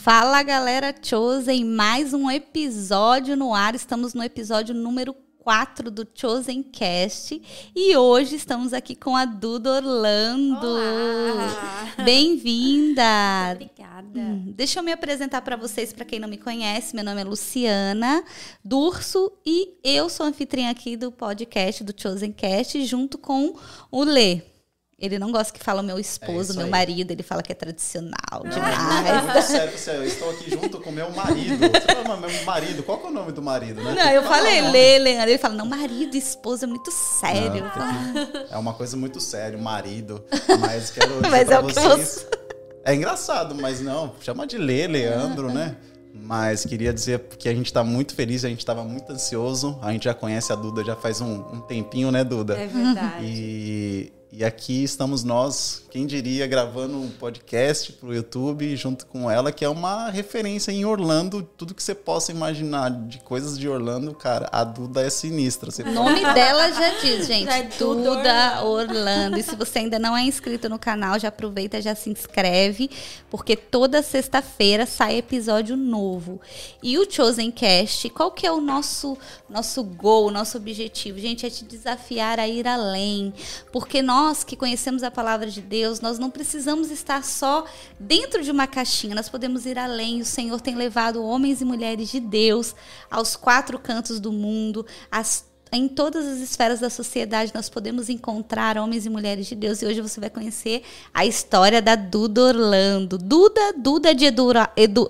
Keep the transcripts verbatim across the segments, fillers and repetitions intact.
Fala, galera Chosen, mais um episódio no ar. Estamos no episódio número quatro do Chosen Cast e hoje estamos aqui com a Duda Orlando. Olá! Bem-vinda! Obrigada. Hum, deixa eu me apresentar para vocês, para quem não me conhece. Meu nome é Luciana Durso e eu sou anfitriã aqui do podcast do Chosen Cast junto com o Lê. Ele não gosta que fala meu esposo, é meu aí. marido. Ele fala que é tradicional Não, demais. não, sério, sério, eu estou aqui junto com meu marido. Você fala, meu marido, qual que é o nome do marido, né? Não, eu falei Lê, Leandro. Ele fala, não, marido, esposa é muito sério. Não, que, é uma coisa muito séria, marido. Mas quero dizer Mas pra é o que vocês... você... É engraçado, mas não, chama de Lê, Leandro, né? Mas queria dizer que a gente tá muito feliz, a gente tava muito ansioso. A gente já conhece a Duda já faz um, um tempinho, né, Duda? É verdade. E... E aqui estamos nós, quem diria, gravando um podcast pro YouTube junto com ela, que é uma referência em Orlando. Tudo que você possa imaginar de coisas de Orlando, cara, a Duda é sinistra. Você O nome dela já diz, gente. É Duda Duda Orlando. E se você ainda não é inscrito no canal, já aproveita, já se inscreve, porque toda sexta-feira sai episódio novo. E o Chosen Cast, qual que é o nosso, nosso goal, nosso objetivo? Gente, é te desafiar a ir além, porque nós Nós que conhecemos a palavra de Deus, nós não precisamos estar só dentro de uma caixinha, nós podemos ir além. O Senhor tem levado homens e mulheres de Deus aos quatro cantos do mundo, às em todas as esferas da sociedade nós podemos encontrar homens e mulheres de Deus. E hoje você vai conhecer a história da Duda Orlando. Duda, Duda de Edura, Edu,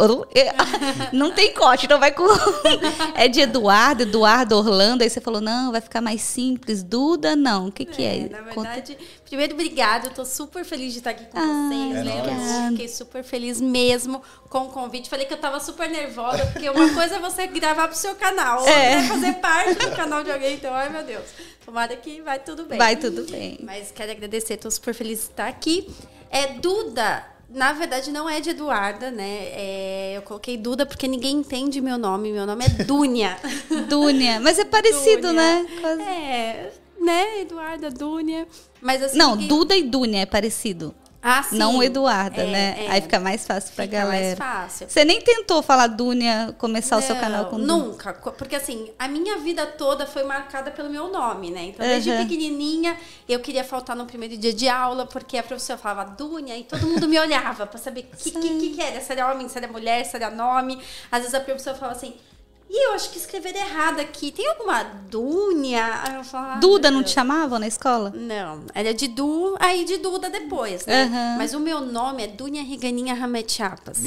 não tem corte, então vai com... É de Eduardo, Eduardo Orlando. Aí você falou, não, vai ficar mais simples. Duda, não. O que que é? é? Na verdade, Conta... primeiro, obrigada. Eu tô super feliz de estar aqui com ah, vocês. É né? Fiquei super feliz mesmo com o convite. Falei que eu tava super nervosa, porque uma coisa é você gravar pro seu canal, outra é, é fazer parte do canal de alguém. Então, ai meu Deus, tomara que vai tudo bem. Vai tudo bem. Mas quero agradecer, tô super feliz de estar aqui. É, Duda, na verdade não é de Eduarda, né? É, eu coloquei Duda porque ninguém entende meu nome. Meu nome é Dúnia. Dúnia, mas é parecido, Dúnia. né? Quase. É, né? Eduarda, Dúnia. Mas assim, não, ninguém... Duda e Dúnia é parecido. Ah, sim. Não Eduarda, é, né? É. Aí fica mais fácil pra fica galera. mais fácil. Você nem tentou falar Dúnia, começar Não, o seu canal com Dúnia? Nunca. Porque assim, a minha vida toda foi marcada pelo meu nome, né? Então, desde uhum. pequenininha, eu queria faltar no primeiro dia de aula, porque a professora falava Dúnia e todo mundo me olhava pra saber o que, que, que era. Se era homem, se era mulher, se era nome. Às vezes a professora falava assim... E eu acho que escreveram errado aqui. Tem alguma Dúnia? Aí eu falava, Duda não te chamavam na escola? Não, era de Du, aí de Duda depois, né? Uhum. Mas o meu nome é Dúnia Riganinha Rametiapas.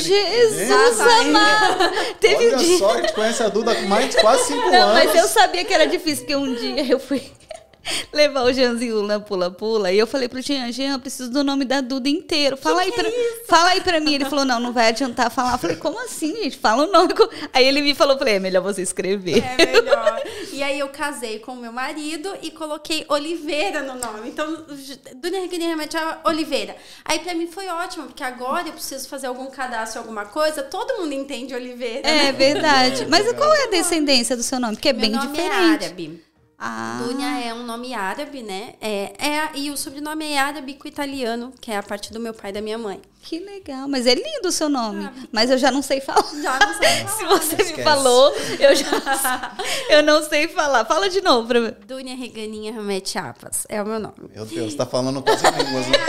Jesus amado! Teve Olha um dia... só, a gente conhece a Duda com mais de quase cinco não, anos. Mas eu sabia que era difícil, porque um dia eu fui... levar o Jeanzinho na pula-pula. E eu falei pro Jean, Jean, eu preciso do nome da Duda inteiro. Fala, que aí, pra, é fala aí pra mim. Ele falou, não, não vai adiantar falar. Eu falei, como assim, gente? Fala o nome. Aí ele me falou, falei, é melhor você escrever. É melhor. E aí eu casei com o meu marido e coloquei Oliveira no nome. Então, Dúnia Riganinha Oliveira. Aí pra mim foi ótimo, porque agora eu preciso fazer algum cadastro, alguma coisa. Todo mundo entende Oliveira. É né? verdade. Mas qual é a descendência do seu nome? Porque é meu bem nome diferente. É árabe. Ah. Dúnia é um nome árabe, né? É, é, e o sobrenome é árabe com italiano, que é a parte do meu pai e da minha mãe. Que legal, mas é lindo o seu nome. Ah, mas eu já não sei falar. Já não sei falar. Se você né? me Esquece. falou, eu já eu não sei falar. Fala de novo pra mim. Dúnia Riganinha Rametiapas é o meu nome. Meu Deus, tá falando quase línguas, né?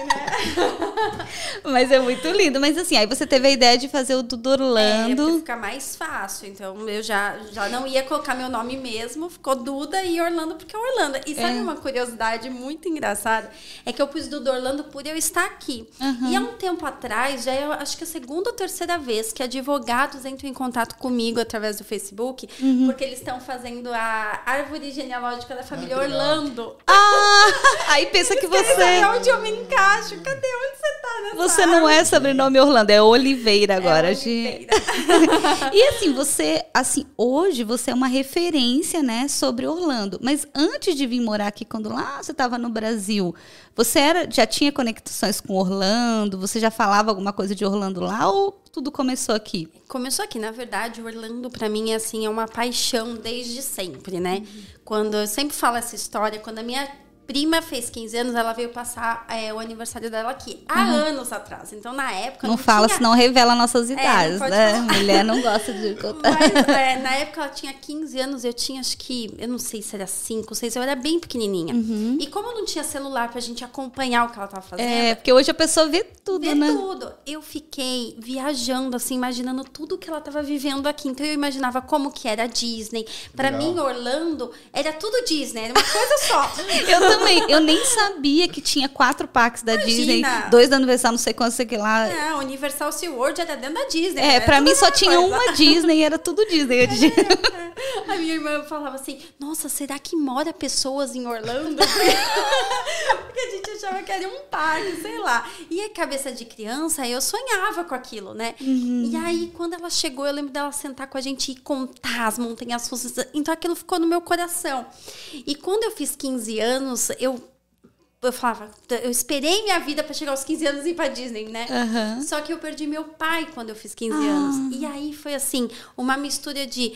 Mas é muito lindo. Mas assim, aí você teve a ideia de fazer o Duda Orlando. É, pra ficar mais fácil. Então, eu já, já não ia colocar meu nome mesmo. Ficou Duda e Orlando, porque é Orlando. E sabe é. uma curiosidade muito engraçada? É que eu pus Duda Orlando por eu estar aqui. Uhum. E há um tempo atrás, já é, acho que a segunda ou terceira vez que advogados entram em contato comigo através do Facebook, uhum. porque eles estão fazendo a árvore genealógica da família ah, Orlando. Ah, aí pensa que você... É onde eu me encaixo. Cadê? Onde você tá nessa Você árvore? não é sobrenome Orlando, é Oliveira agora. É Oliveira. E assim, você, assim, hoje você é uma referência, né, sobre Orlando. Mas antes de vir morar aqui, quando lá você estava no Brasil, você era, já tinha conexões com Orlando? Você já falava alguma coisa de Orlando lá ou tudo começou aqui? Começou aqui, na verdade, Orlando para mim assim é uma paixão desde sempre, né? Uhum. Quando eu sempre falo essa história, quando a minha prima fez quinze anos, ela veio passar é, o aniversário dela aqui, há uhum. anos atrás. Então, na época... Não, não fala, tinha... senão revela nossas idades, é, né? falar. Mulher não gosta de contar. Mas, é, na época, ela tinha quinze anos, eu tinha, acho que... Eu não sei se era cinco, seis, eu era bem pequenininha. Uhum. E como eu não tinha celular pra gente acompanhar o que ela tava fazendo... É, porque hoje a pessoa vê tudo, vê né? Vê tudo. Eu fiquei viajando, assim, imaginando tudo que ela tava vivendo aqui. Então, eu imaginava como que era a Disney. Pra Legal. mim, Orlando, era tudo Disney, era uma coisa só. Eu também, eu nem sabia que tinha quatro parques da Imagina. Disney, dois da Universal, não sei quanto, sei que lá. É, Universal SeaWorld era dentro da Disney. É, pra mim só tinha coisa. uma Disney, era tudo Disney. É, é. A minha irmã falava assim, nossa, será que mora pessoas em Orlando? Porque a gente achava que era um parque, sei lá. E a cabeça de criança, eu sonhava com aquilo, né? Uhum. E aí, quando ela chegou, eu lembro dela sentar com a gente e contar as montanhas russas. Então, aquilo ficou no meu coração. E quando eu fiz quinze anos, eu eu falava, eu esperei minha vida para chegar aos quinze anos e ir pra Disney, né? Uhum. Só que eu perdi meu pai quando eu fiz quinze ah. anos. E aí foi assim, uma mistura de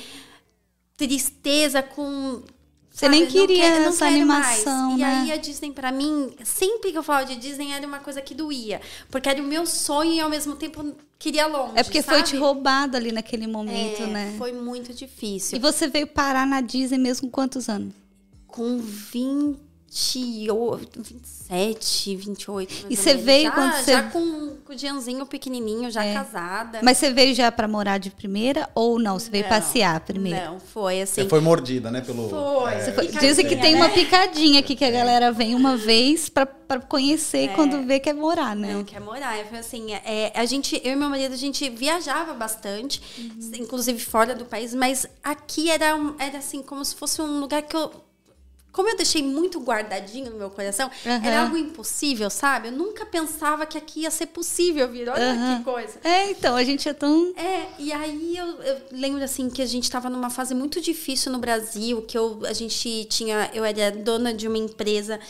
tristeza com... Você sabe, nem queria não quer, não essa animação, mais. né? E aí a Disney, pra mim, sempre que eu falava de Disney, era uma coisa que doía. Porque era o meu sonho e, ao mesmo tempo, queria longe, É porque sabe? foi te roubado ali naquele momento, é, né? Foi muito difícil. E você veio parar na Disney mesmo com quantos anos? Com vinte, vinte e sete, vinte e oito. E você veio já, quando você... Já com, com o Jeanzinho pequenininho, já é. casada. Mas você veio já pra morar de primeira ou não? Você veio não, passear primeiro? Não, foi assim... Você foi mordida, né? Pelo, foi. É... foi. Dizem que tem né? uma picadinha aqui que a galera vem uma vez pra, pra conhecer é. e quando vê quer morar, né? Não, quer morar. Foi assim, é, a gente, eu e meu marido, a gente viajava bastante, uhum. inclusive fora do país, mas aqui era, um, era assim, como se fosse um lugar que eu... Como eu deixei muito guardadinho no meu coração, uhum. era algo impossível, sabe? Eu nunca pensava que aqui ia ser possível vir. Olha uhum. que coisa. É, então, a gente é tão... É, e aí eu, eu lembro, assim, que a gente estava numa fase muito difícil no Brasil, que eu, a gente tinha... Eu era dona de uma empresa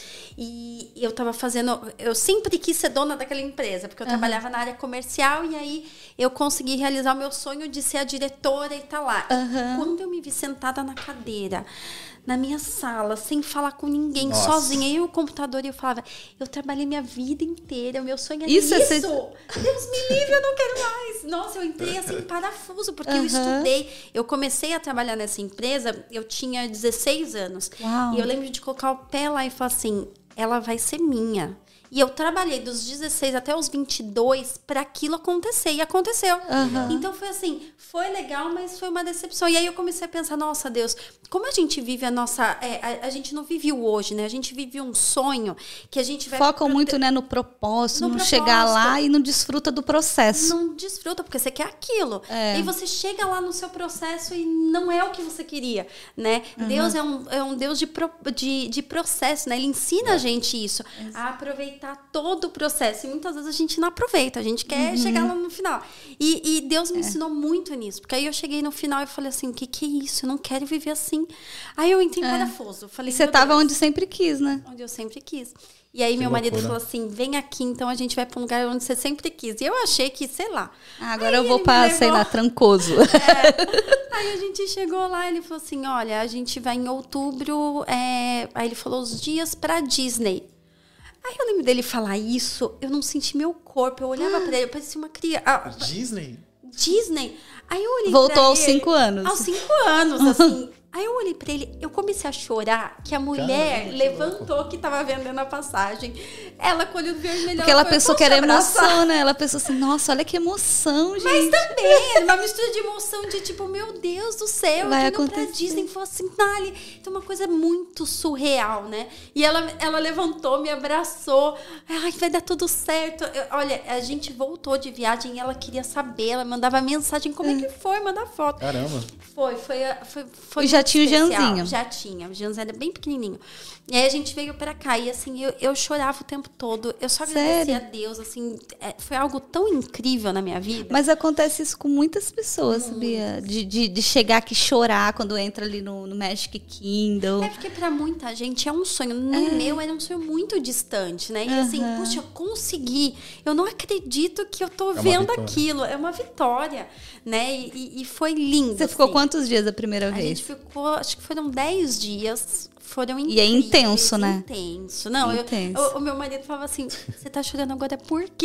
e eu estava fazendo... Eu sempre quis ser dona daquela empresa, porque eu uhum. trabalhava na área comercial e aí eu consegui realizar o meu sonho de ser a diretora e tá lá. Uhum. Quando eu me vi sentada na cadeira... na minha sala, sem falar com ninguém, Nossa. sozinha, eu e o computador, e eu falava, eu trabalhei minha vida inteira, o meu sonho é isso. isso. É ser... Deus me livre, eu não quero mais. Nossa, eu entrei assim em parafuso, porque uhum. eu estudei. Eu comecei a trabalhar nessa empresa, eu tinha dezesseis anos. Uau. E eu lembro de colocar o pé lá e falar assim, ela vai ser minha. E eu trabalhei dos dezesseis até os vinte e dois para aquilo acontecer. E aconteceu. Uhum. Então, foi assim, foi legal, mas foi uma decepção. E aí eu comecei a pensar, nossa, Deus, como a gente vive a nossa... É, a, a gente não vive o hoje, né? A gente vive um sonho que a gente vai... Focam pro... muito, né, no propósito, no, no propósito. Chegar lá e não desfruta do processo. Não desfruta, porque você quer aquilo. É. E você chega lá no seu processo e não é o que você queria, né? Uhum. Deus é um, é um Deus de, pro, de, de processo, né? Ele ensina é. a gente isso, Exato. a aproveitar todo o processo. E muitas vezes a gente não aproveita, a gente quer uhum. chegar lá no final. E, e Deus me é. ensinou muito nisso, porque aí eu cheguei no final e falei assim, o que, que é isso? Eu não quero viver assim. Aí eu entrei em é. parafuso. Falei, e você estava onde sempre quis, né? Onde eu sempre quis. E aí que meu marido loucura. falou assim, vem aqui, então a gente vai para um lugar onde você sempre quis. E eu achei que, sei lá. Ah, agora eu vou para, sei lá, Trancoso. É. Aí a gente chegou lá e ele falou assim, olha, a gente vai em outubro, é... aí ele falou os dias para Disney. Aí eu lembro dele falar isso, eu não senti meu corpo, eu olhava ah. pra ele, eu parecia uma criança. Ah, Disney? Disney. Aí eu olhei Voltou pra aos ele, cinco anos. Aos cinco anos, assim. Aí eu olhei pra ele, eu comecei a chorar, que a mulher Caramba, levantou que, que tava vendendo a passagem. Ela com o olho vermelho. Porque ela, ela pensou que era emoção, né? Ela pensou assim, nossa, olha que emoção, gente. Mas também, uma mistura de emoção de tipo, meu Deus do céu, vai indo pra Disney, foi assim, Nali. Então uma coisa muito surreal, né? E ela, ela levantou, me abraçou. Ai, vai dar tudo certo. Eu, olha, a gente voltou de viagem e ela queria saber, ela mandava mensagem, como é, é que foi? Mandar foto. Caramba. Foi, foi, foi, foi e já tinha especial. o Jeanzinho. Já tinha, o Jeanzinho era bem pequenininho. E aí a gente veio pra cá e assim, eu, eu chorava o tempo todo. Eu só agradecia a Deus, assim, é, foi algo tão incrível na minha vida. Mas acontece isso com muitas pessoas, muitas. sabia? De, de, de chegar aqui chorar quando entra ali no, no Magic Kingdom. É porque pra muita gente é um sonho. No é. meu era um sonho muito distante, né? E uhum. assim, puxa, eu consegui. Eu não acredito que eu tô é vendo aquilo. É uma vitória, né? E, e foi lindo. Você assim. ficou quantos dias a primeira a vez? A gente ficou ficou, acho que foram dez dias. Foram incríveis. E é intenso, né? Intenso. Não, intenso. Eu, o, o meu marido falava assim, você tá chorando agora por quê?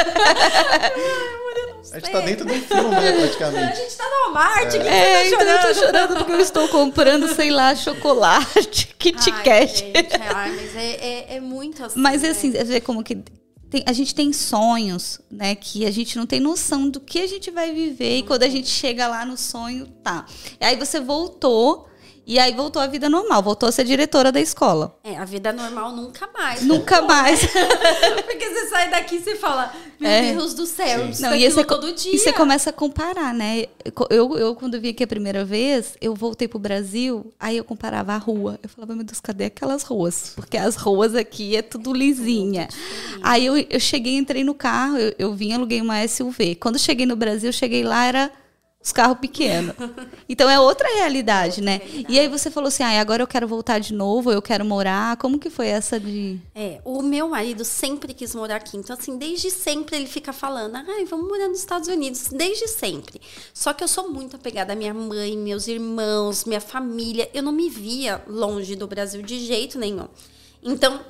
A gente tá dentro do filme, né, praticamente. A gente tá no Marte, é. que é, você tá então chorando? eu tô chorando porque eu estou comprando, sei lá, chocolate, Kit Ai, Kat. gente, ai, mas é, é, é muito assim. Mas né? assim, você vê como que... Tem, a gente tem sonhos, né? Que a gente não tem noção do que a gente vai viver. E quando a gente chega lá no sonho, tá. E aí você voltou... E aí voltou a vida normal, voltou a ser diretora da escola. É, a vida normal nunca mais. Nunca mais. Porque você sai daqui e você fala, meu é. Deus do céu, isso não, e você, todo dia. E você começa a comparar, né? Eu, eu, quando vim aqui a primeira vez, eu voltei pro Brasil, aí eu comparava a rua. Eu falava, meu Deus, cadê aquelas ruas? Porque as ruas aqui é tudo lisinha. Aí eu, eu cheguei, entrei no carro, eu, eu vim, aluguei uma S U V. Quando cheguei no Brasil, cheguei lá, era... os carros pequenos. Então é outra realidade, né? Realidade. E aí você falou assim, ah, agora eu quero voltar de novo, eu quero morar. Como que foi essa de... É, o meu marido sempre quis morar aqui. Então, assim, desde sempre ele fica falando, ai, vamos morar nos Estados Unidos. Desde sempre. Só que eu sou muito apegada à minha mãe, meus irmãos, minha família. Eu não me via longe do Brasil de jeito nenhum. Então,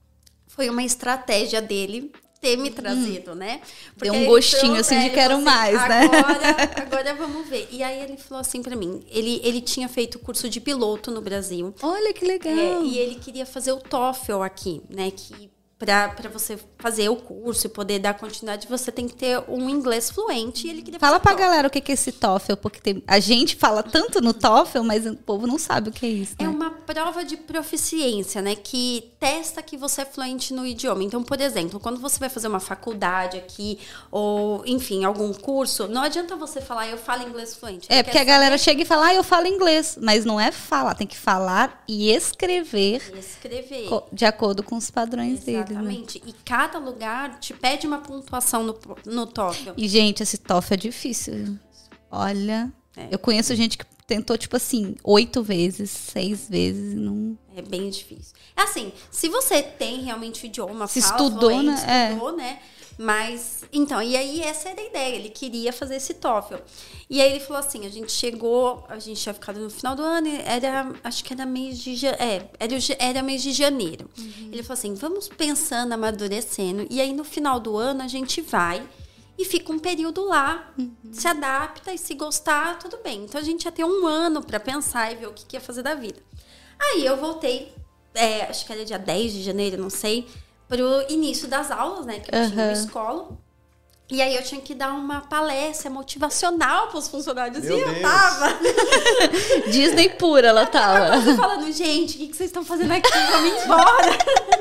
foi uma estratégia dele... ter me trazido, hum. né? Porque deu um gostinho assim de quero assim, mais, agora, né? Agora vamos ver. E aí ele falou assim pra mim, ele, ele tinha feito curso de piloto no Brasil. Olha que legal. É, e ele queria fazer o TOEFL aqui, né? Que pra, pra você fazer o curso e poder dar continuidade, você tem que ter um inglês fluente. E ele queria Fala fazer pra galera o que é esse TOEFL, porque tem, a gente fala tanto no TOEFL, mas o povo não sabe o que é isso, né? É uma prova de proficiência, né? Que testa que você é fluente no idioma. Então, por exemplo, quando você vai fazer uma faculdade aqui, ou, enfim, algum curso, não adianta você falar, eu falo inglês fluente. É, porque a galera chega e fala, ah, eu falo inglês. Mas não é falar, tem que falar e escrever. Escrever. De acordo com os padrões deles. Exatamente. E cada lugar te pede uma pontuação no, no TOEFL. E, gente, esse TOEFL é difícil. Olha, é. Eu conheço gente que tentou, tipo assim, oito vezes, seis vezes e não... É bem difícil. É assim, se você tem realmente o idioma, se fala, estudou, fluente, né? estudou, é. né? Mas, então, e aí essa era a ideia. Ele queria fazer esse TOEFL. E aí ele falou assim, a gente chegou, a gente tinha ficado no final do ano, era, acho que era mês de, é, era, era mês de janeiro. Uhum. Ele falou assim, vamos pensando, amadurecendo. E aí no final do ano a gente vai e fica um período lá, uhum. se adapta e se gostar, tudo bem. Então a gente ia ter um ano para pensar e ver o que, que ia fazer da vida. Aí eu voltei, é, acho que era dia dez de janeiro, não sei, pro início das aulas, né? Que eu uhum. tinha uma escola. E aí eu tinha que dar uma palestra motivacional pros funcionários. Meu e eu Deus. tava. Disney pura, ela tava. Eu tava falando, gente, o que, que vocês estão fazendo aqui? Vamos embora.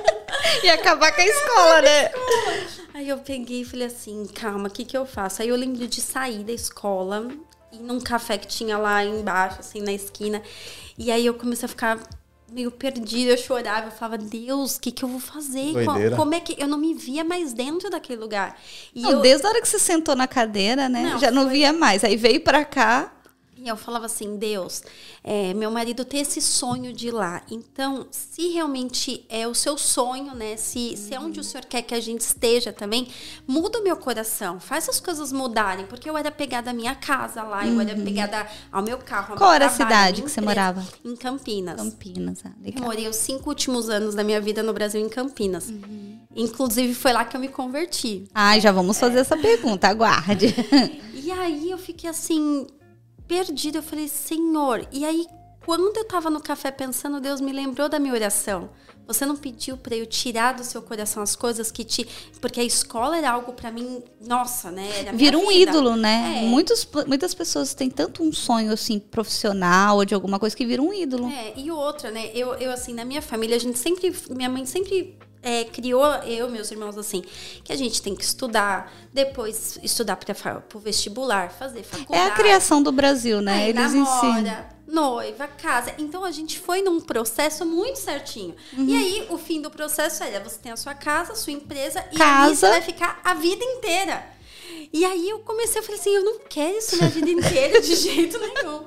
E acabar com a escola, né? Aí eu peguei e falei assim, calma, o que, que eu faço? Aí eu lembro de sair da escola, ir num café que tinha lá embaixo, assim, na esquina. E aí eu comecei a ficar meio perdida, eu chorava, eu falava, Deus, o que, que eu vou fazer? Como, como é que... Eu não me via mais dentro daquele lugar. E não, eu... desde a hora que você sentou na cadeira, né? Não, já não foi... via mais. Aí veio pra cá... E eu falava assim, Deus, é, meu marido tem esse sonho de ir lá. Então, se realmente é o seu sonho, né? Se, uhum. se é onde o Senhor quer que a gente esteja também, muda o meu coração. Faz as coisas mudarem. Porque eu era pegada à minha casa lá, uhum. eu era pegada ao meu carro, ao Qual meu era trabalho, a cidade que você morava? Em Campinas. Campinas, ah, legal. Eu morei os cinco últimos anos da minha vida no Brasil em Campinas. Uhum. Inclusive, foi lá que eu me converti. Ai, já vamos fazer é. essa pergunta, aguarde. E aí, eu fiquei assim... perdida, eu falei, Senhor, e aí quando eu tava no café pensando, Deus me lembrou da minha oração. Você não pediu para eu tirar do seu coração as coisas que te... Porque a escola era algo para mim, nossa, né? Era vira um vida. ídolo, né? É. Muitos, muitas pessoas têm tanto um sonho, assim, profissional ou de alguma coisa que vira um ídolo. É, e outra, né? Eu, eu assim, na minha família, a gente sempre... Minha mãe sempre... É, criou, eu e meus irmãos, assim, que a gente tem que estudar, depois estudar para o vestibular, fazer faculdade. É a criação do Brasil, né? Aí, eles namora, ensinam. Noiva, casa. Então, a gente foi num processo muito certinho. Uhum. E aí, o fim do processo era, você tem a sua casa, a sua empresa, e casa. aí você vai ficar a vida inteira. E aí, eu comecei, eu falei assim, eu não quero isso minha vida inteira, de jeito nenhum.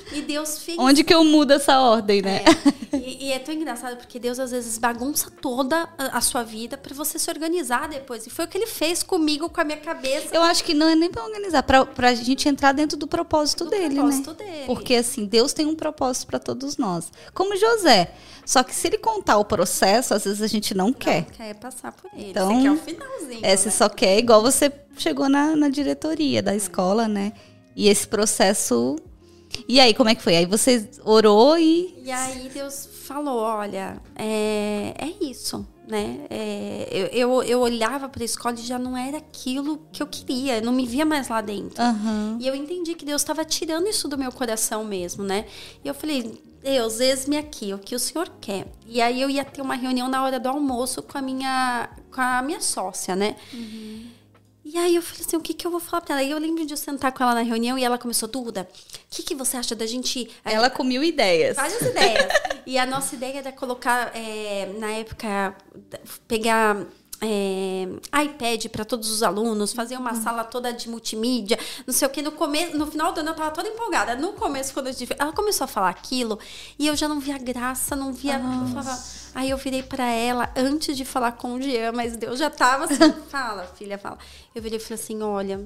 E Deus fez... Onde que eu mudo essa ordem, né? É. E, e é tão engraçado, porque Deus às vezes bagunça toda a, a sua vida para você se organizar depois. E foi o que ele fez comigo, com a minha cabeça. Eu acho que não é nem para organizar, para a gente entrar dentro do propósito do dele, propósito né? dele. Porque assim, Deus tem um propósito para todos nós. Como José. Só que se ele contar o processo, às vezes a gente não, não quer. quer passar por ele. Então, você quer o finalzinho. É, você né? só quer, igual você chegou na, na diretoria da escola, né? E esse processo... E aí, como é que foi? Aí você orou e... E aí Deus falou, olha, é, é isso, né? É, eu, eu, eu olhava para a escola e já não era aquilo que eu queria. Eu não me via mais lá dentro. Uhum. E eu entendi que Deus estava tirando isso do meu coração mesmo, né? E eu falei, Deus, eis-me aqui, o que o Senhor quer. E aí eu ia ter uma reunião na hora do almoço com a minha, com a minha sócia, né? Uhum. E aí eu falei assim, o que, que eu vou falar pra ela? E eu lembro de eu sentar com ela na reunião e ela começou, Duda, o que, que você acha da gente... Ela com mil ideias. Várias ideias. E a nossa ideia era colocar, é, na época, pegar... É, iPad para todos os alunos, fazer uma uhum. sala toda de multimídia, não sei o que. No, começo, no final do ano eu tava toda empolgada. No começo, quando eu tive, ela começou a falar aquilo e eu já não via graça, não via. Eu falava, aí eu virei para ela antes de falar com o Jean, mas Deus já tava assim, fala, filha, fala. Eu virei e falei assim: olha,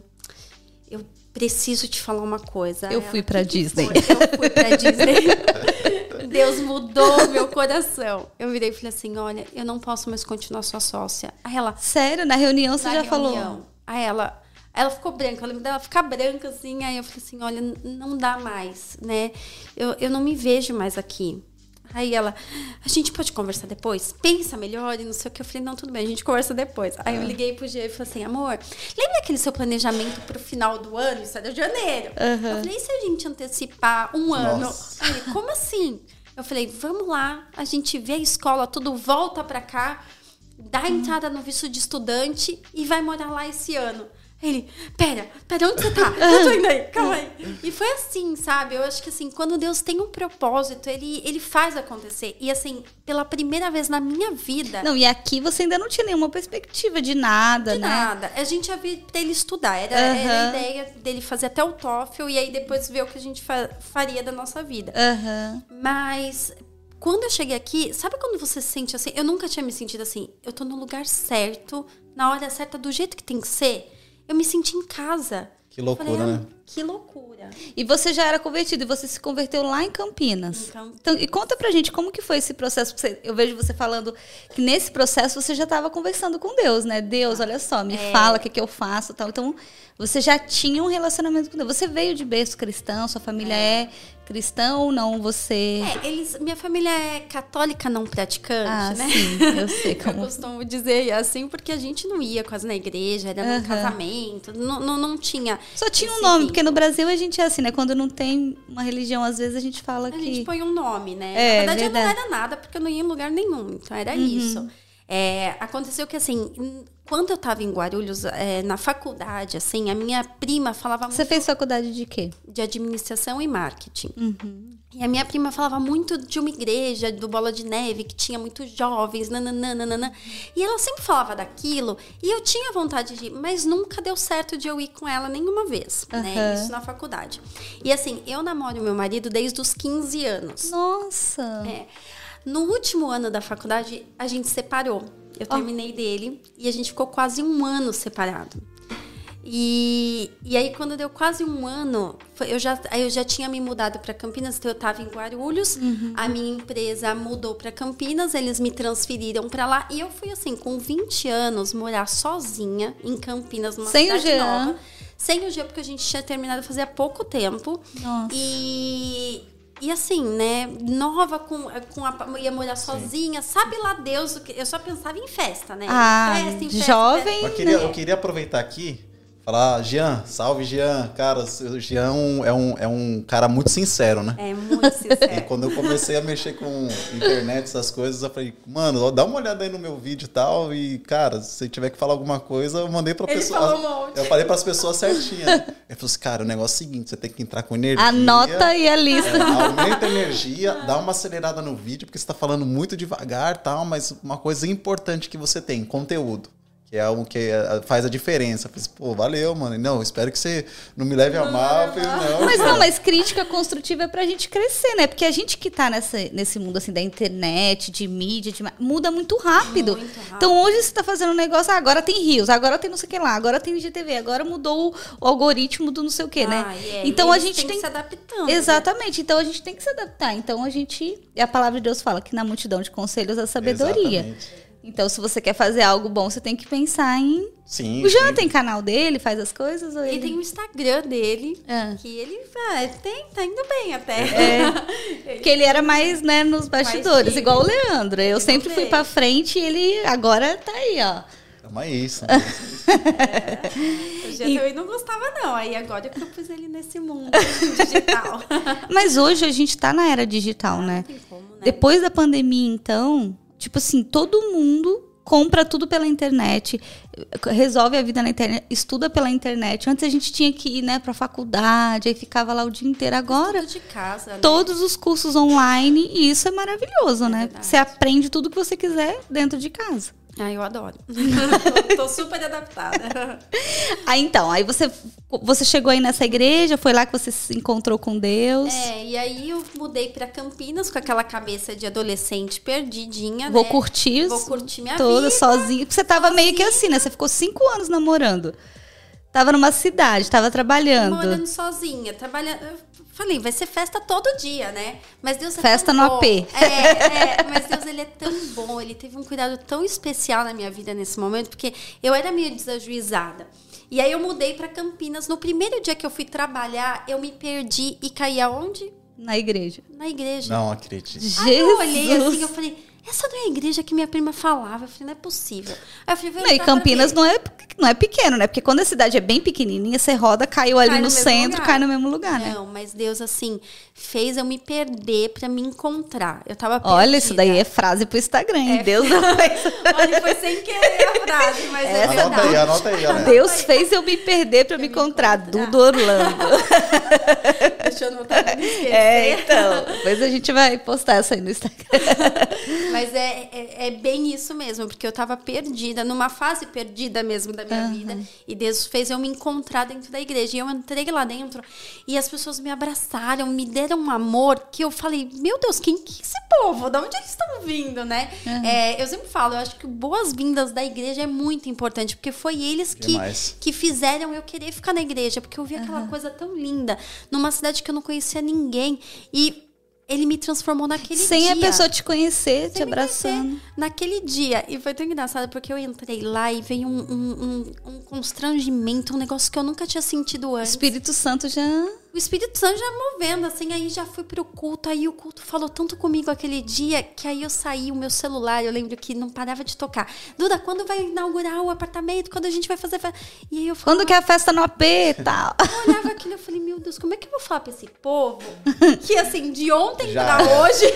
eu preciso te falar uma coisa. Eu ela, fui pra Disney. Foi? Eu fui pra Disney. Deus mudou meu coração. Eu virei e falei assim, olha, eu não posso mais continuar sua sócia. Aí ela... Sério? Na reunião você na já reunião, falou? Aí ela... Ela ficou branca, eu lembro dela ficar branca assim. Aí eu falei assim, olha, não dá mais, né? Eu, eu não me vejo mais aqui. Aí ela, a gente pode conversar depois? Pensa melhor e não sei o que. Eu falei, não, tudo bem, a gente conversa depois. Aí eu liguei pro G e falei assim, amor, lembra aquele seu planejamento pro final do ano? Isso era de janeiro. Uhum. Eu falei, e se a gente antecipar um Nossa. ano? Aí, como assim? Eu falei, vamos lá, a gente vê a escola, tudo volta pra cá, dá a entrada no visto de estudante e vai morar lá esse ano. Ele, pera, pera, onde você tá? Eu tô indo aí, calma aí. E foi assim, sabe? Eu acho que assim, quando Deus tem um propósito, ele, ele faz acontecer. E assim, pela primeira vez na minha vida... Não, e aqui você ainda não tinha nenhuma perspectiva de nada, de né? De nada. A gente ia ver dele estudar. Era, uhum. era a ideia dele fazer até o TOEFL e aí depois ver o que a gente fa- faria da nossa vida. Uhum. Mas... Quando eu cheguei aqui, sabe quando você se sente assim? Eu nunca tinha me sentido assim. Eu tô no lugar certo, na hora certa, do jeito que tem que ser. Eu me senti em casa. Que loucura, falei, né? Que loucura. E você já era convertido, e você se converteu lá em Campinas. Então, então, e conta pra gente como que foi esse processo. Você, eu vejo você falando que nesse processo você já estava conversando com Deus, né? Deus, olha só, me é. fala o que, que eu faço e tal. Então, você já tinha um relacionamento com Deus. Você veio de berço cristão, sua família é, é cristã ou não? Você... É, eles, minha família é católica não praticante, ah, né? Sim, eu sei como... Eu costumo dizer assim, porque a gente não ia quase na igreja, era uhum. num casamento, não, não, não tinha... Só tinha um nome, porque no Brasil a gente é assim, né? Quando não tem uma religião, às vezes a gente fala a que... A gente põe um nome, né? É, na verdade, verdade. eu não era nada, porque eu não ia em lugar nenhum, então era uhum. isso. É, aconteceu que, assim, quando eu estava em Guarulhos, é, na faculdade, assim, a minha prima falava muito... Você fez faculdade de quê? De administração e marketing. Uhum. E a minha prima falava muito de uma igreja, do Bola de Neve, que tinha muitos jovens, nananana. E ela sempre falava daquilo, e eu tinha vontade de ir, mas nunca deu certo de eu ir com ela nenhuma vez, uhum. né? Isso na faculdade. E assim, eu namoro meu marido desde os quinze anos. Nossa! É. No último ano da faculdade, a gente separou. Eu terminei oh. dele e a gente ficou quase um ano separado. E, e aí, quando deu quase um ano, eu já, eu já tinha me mudado para Campinas, então eu estava em Guarulhos. Uhum. A minha empresa mudou para Campinas, eles me transferiram para lá. E eu fui, assim, com vinte anos, morar sozinha em Campinas, numa Sem cidade o Jean. nova. Sem o Jean, porque a gente tinha terminado fazia pouco tempo. Nossa. E... E assim, né, nova, com, com a, ia morar sozinha, Sim. sabe lá Deus, eu só pensava em festa, né? Ah, festa, em festa, jovem. Festa. Eu queria, eu queria aproveitar aqui, falar, Jean, salve Jean, cara, o Jean é um, é um cara muito sincero, né? É, muito sincero. E quando eu comecei a mexer com internet, essas coisas, eu falei, mano, dá uma olhada aí no meu vídeo e tal, e cara, se tiver que falar alguma coisa, eu mandei pra Ele pessoa. Falou um monte. Eu falei pras pessoas certinho, né? Ele falou assim, cara, o negócio é o seguinte, você tem que entrar com energia. Anota aí a lista. É, aumenta a energia, dá uma acelerada no vídeo, porque você tá falando muito devagar e tal, mas uma coisa importante que você tem, conteúdo. que é algo que faz a diferença. Eu falei, pô, valeu, mano. Não, espero que você não me leve a mal. Falei, não, mas não, mas crítica construtiva é pra gente crescer, né? Porque a gente que tá nessa, nesse mundo assim da internet, de mídia, de, muda muito rápido. muito rápido. Então hoje você tá fazendo um negócio, ah, agora tem Reels, agora tem não sei o que lá, agora tem I G T V, agora mudou o, o algoritmo do não sei o que, ah, né? É. Então a gente tem, tem que se adaptando. Exatamente, né? Então a gente tem que se adaptar. Então a gente, e a palavra de Deus fala que na multidão de conselhos a sabedoria. Exatamente. Então, se você quer fazer algo bom, você tem que pensar em... Sim. O Jean sim. tem canal dele, faz as coisas? Ou ele... ele tem um Instagram dele, é. que ele ah, tem, tá indo bem até. É. Que ele era mais, né, nos bastidores, mais igual o Leandro. Eu sempre fui pra frente e ele agora tá aí, ó. Tamo aí, isso. É. O Jean e... também não gostava, não. Aí agora que eu pus ele nesse mundo digital. Mas hoje a gente tá na era digital, ah, né? Não tem como, né? Depois da pandemia, então... Tipo assim, todo mundo compra tudo pela internet, resolve a vida na internet, estuda pela internet. Antes a gente tinha que ir, né, pra faculdade, aí ficava lá o dia inteiro. Agora, tudo de casa, né? Todos os cursos online, e isso é maravilhoso, é né? Verdade. Você aprende tudo que você quiser dentro de casa. Ah, eu adoro. tô, tô super adaptada. Aí então, aí você, você chegou aí nessa igreja, foi lá que você se encontrou com Deus. É, e aí eu mudei pra Campinas com aquela cabeça de adolescente perdidinha, Vou né? curtir. Vou curtir minha toda vida. sozinha. Porque você tava sozinha. meio que assim, né? Você ficou cinco anos namorando. Tava numa cidade, tava trabalhando. Morando sozinha, trabalhando. Eu falei, vai ser festa todo dia, né? Mas Deus é festa tão no bom. A P. É, é, mas Deus, ele é tão bom. Ele teve um cuidado tão especial na minha vida nesse momento, porque eu era meio desajuizada. E aí eu mudei pra Campinas. No primeiro dia que eu fui trabalhar, eu me perdi e caí aonde? Na igreja. Na igreja. Não acredito. Jesus. Aí eu olhei assim, eu falei, essa não é a igreja que minha prima falava. Eu falei, não é possível. Aí eu falei, não, e Campinas não é, não é pequeno, né? Porque quando a cidade é bem pequenininha, você roda, caiu ali cai no, no centro, lugar. cai no mesmo lugar, né? Não, mas Deus, assim, fez eu me perder pra me encontrar. Eu tava perdida. Olha, isso daí é frase pro Instagram, hein? É. Deus não fez. Olha, foi sem querer a frase, mas é Anota verdade. aí, anota aí. Anota. Deus fez eu me perder pra me encontrar. Duda Orlando. Deixa eu anotar pra não esquecer. É, então. Depois a gente vai postar essa aí no Instagram. Mas é, é, é bem isso mesmo, porque eu tava perdida, numa fase perdida mesmo da minha uhum. vida. E Deus fez eu me encontrar dentro da igreja. E eu entrei lá dentro e as pessoas me abraçaram, me deram um amor que eu falei, meu Deus, quem que é esse povo? De onde eles estão vindo, né? Uhum. É, eu sempre falo, eu acho que boas-vindas da igreja é muito importante, porque foi eles que, que fizeram eu querer ficar na igreja, porque eu vi aquela uhum. coisa tão linda, numa cidade que eu não conhecia ninguém. E ele me transformou naquele Sem dia. Sem a pessoa te conhecer, Sem te abraçando. Conhecer, naquele dia. E foi tão engraçado, porque eu entrei lá e veio um, um, um, um constrangimento, um negócio que eu nunca tinha sentido antes. O Espírito Santo já... O Espírito Santo já movendo, assim, aí já fui pro culto, aí o culto falou tanto comigo aquele dia, que aí eu saí, o meu celular, eu lembro que não parava de tocar. Duda, quando vai inaugurar o apartamento? Quando a gente vai fazer... E aí eu falava, quando que é a festa no A P e tal? Eu olhava aquilo e eu falei, meu Deus, como é que eu vou falar pra esse povo? Que assim, de ontem já. pra hoje,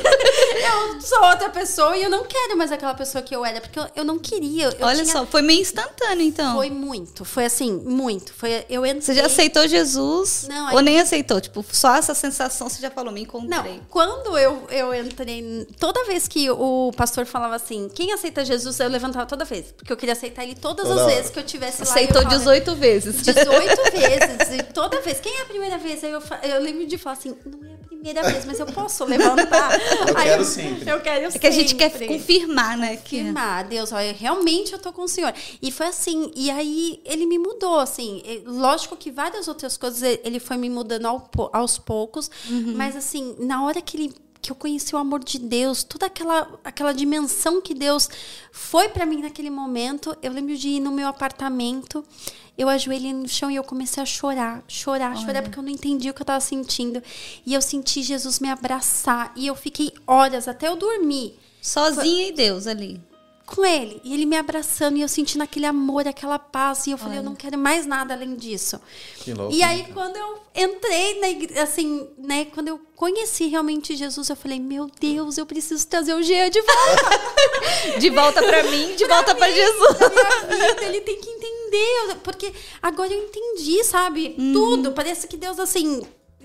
eu sou outra pessoa e eu não quero mais aquela pessoa que eu era, porque eu, eu não queria. Eu Olha tinha... só, foi meio instantâneo, então. Foi muito, foi assim, muito. Foi, eu entrei... Você já aceitou Jesus? Não, ou aí... nem aceitou? Tipo, só essa sensação você já falou, me encontrei. Não, quando eu, eu entrei, toda vez que o pastor falava assim, quem aceita Jesus, eu levantava toda vez, porque eu queria aceitar ele todas toda as hora. vezes que eu tivesse lá. Aceitou dezoito vezes. dezoito vezes, e toda vez. Quem é a primeira vez? Aí eu, eu lembro de falar assim, não é a primeira vez, mas eu posso levantar. Eu Aí quero eu, sempre. Eu quero é sempre. que a gente quer confirmar, né? Confirmar, que... Deus, olha, realmente eu tô com o Senhor. E foi assim, e aí ele me mudou, assim, lógico que várias outras coisas ele foi me mudando ao, aos poucos, uhum. mas assim, na hora que ele que eu conheci o amor de Deus, toda aquela, aquela dimensão que Deus foi para mim naquele momento, eu lembro de ir no meu apartamento, eu ajoelhei no chão e eu comecei a chorar, chorar, Olha. chorar, porque eu não entendi o que eu estava sentindo. E eu senti Jesus me abraçar, e eu fiquei horas até eu dormir. Sozinha Foi... e Deus ali. Com ele, e ele me abraçando, e eu sentindo aquele amor, aquela paz, e eu falei, Olha. eu não quero mais nada além disso. Que louco. E aí, quando eu entrei na igreja, assim, né, quando eu conheci realmente Jesus, eu falei, meu Deus, eu preciso trazer o Jean de volta. De volta pra mim, de pra volta mim, pra Jesus. Pra minha vida, ele tem que entender, porque agora eu entendi, sabe, uhum. tudo, parece que Deus, assim...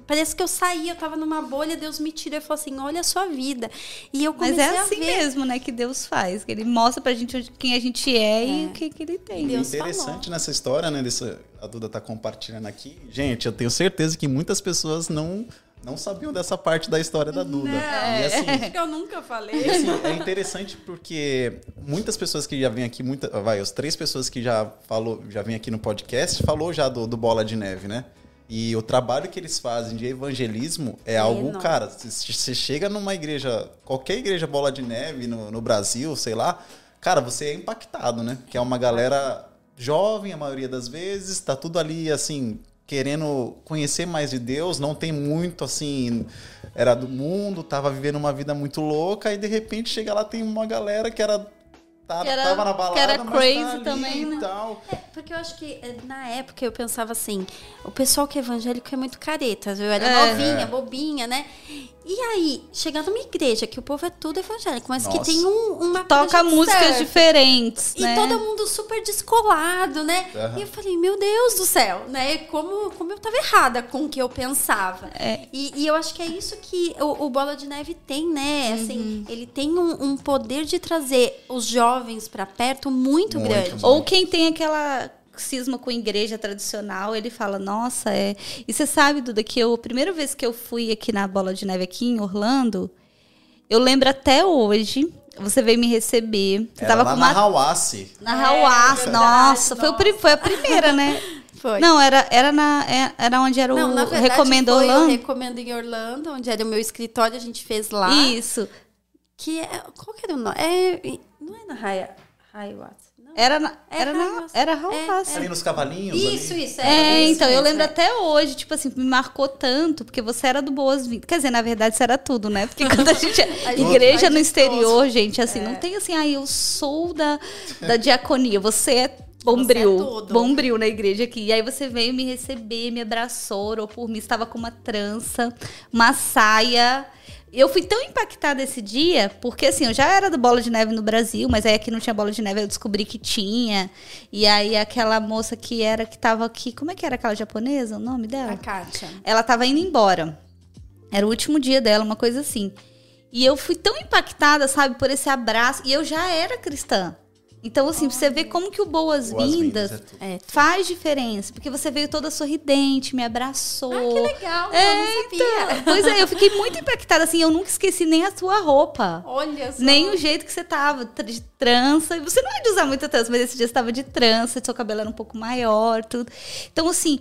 parece que eu saí, eu tava numa bolha, Deus me tirou e falou assim, olha a sua vida. E eu comecei Mas é assim a ver. mesmo, né, que Deus faz. Que ele mostra pra gente quem a gente é, é. e o que, que ele tem. Deus interessante falou. Nessa história, né, desse, a Duda tá compartilhando aqui. Gente, eu tenho certeza que muitas pessoas não... não sabiam dessa parte da história da Duda. Não, e assim, eu nunca falei. E assim, é interessante porque muitas pessoas que já vêm aqui, muita, vai, as três pessoas que já falou, já vêm aqui no podcast, falou já do, do Bola de Neve, né? E o trabalho que eles fazem de evangelismo é, é algo, não. cara, você chega numa igreja, qualquer igreja Bola de Neve no, no Brasil, sei lá, cara, você é impactado, né? Que é uma galera jovem, a maioria das vezes, tá tudo ali, assim... querendo conhecer mais de Deus, não tem muito, assim, era do mundo, tava vivendo uma vida muito louca, e de repente chega lá, tem uma galera que era, tá, que era tava na balada, que era mas crazy tá ali também, né? E tal. É, porque eu acho que na época eu pensava assim, o pessoal que é evangélico é muito careta, eu era é. novinha, é. bobinha, né? E aí, chegar numa igreja, que o povo é tudo evangélico, mas Nossa. que tem um, uma toca músicas diferentes, e né? todo mundo super descolado, né? Uhum. E eu falei, meu Deus do céu, né? Como, como eu tava errada com o que eu pensava. É. E, e eu acho que é isso que o, o Bola de Neve tem, né? Uhum. Assim, ele tem um, um poder de trazer os jovens pra perto muito, muito grande. Muito. Ou quem tem aquela... cisma com igreja tradicional, ele fala, nossa, é... E você sabe, Duda, que eu, a primeira vez que eu fui aqui na Bola de Neve, aqui em Orlando, eu lembro até hoje, você veio me receber. Você Era tava lá com uma... na Hawassi. Na Hawassi, é, nossa, foi, nossa. O, foi a primeira, né? Foi. Não, era, era, na, era onde era Não, o na verdade, Recomendo foi Orlando. o Recomendo em Orlando, onde era o meu escritório, a gente fez lá. Isso. Que é... Qual que era o nome? É, não é na Hawassi. Era na, era é na, era Hawassi. É, é. Ali nos cavalinhos? Isso, ali. isso. É, é isso então, mesmo, eu lembro é. até hoje, tipo assim, me marcou tanto, porque você era do Boas-Vindas. Quer dizer, na verdade, você era tudo, né? Porque quando a gente... a igreja no exterior, gente, assim, é. não tem assim, ah, eu sou da, da diaconia, você é bombril, você é bombril na igreja aqui. E aí você veio me receber, me abraçou, orou por mim, estava com uma trança, uma saia... Eu fui tão impactada esse dia, porque assim, eu já era do Bola de Neve no Brasil, mas aí aqui não tinha Bola de Neve, eu descobri que tinha. E aí aquela moça que era, que tava aqui, como é que era aquela japonesa, o nome dela? A Kátia. Ela tava indo embora. Era o último dia dela, uma coisa assim. E eu fui tão impactada, sabe, por esse abraço. E eu já era cristã. Então, assim, oh, você vê como que o Boas-Vindas Boas é faz diferença. Porque você veio toda sorridente, me abraçou. Ah, que legal, é, eu não sabia. Então, pois é, eu fiquei muito impactada, assim, eu nunca esqueci nem a sua roupa. Olha só. Nem o jeito que você tava, de trança. Você não é de usar muita trança, mas esse dia você tava de trança, seu cabelo era um pouco maior, tudo. Então, assim...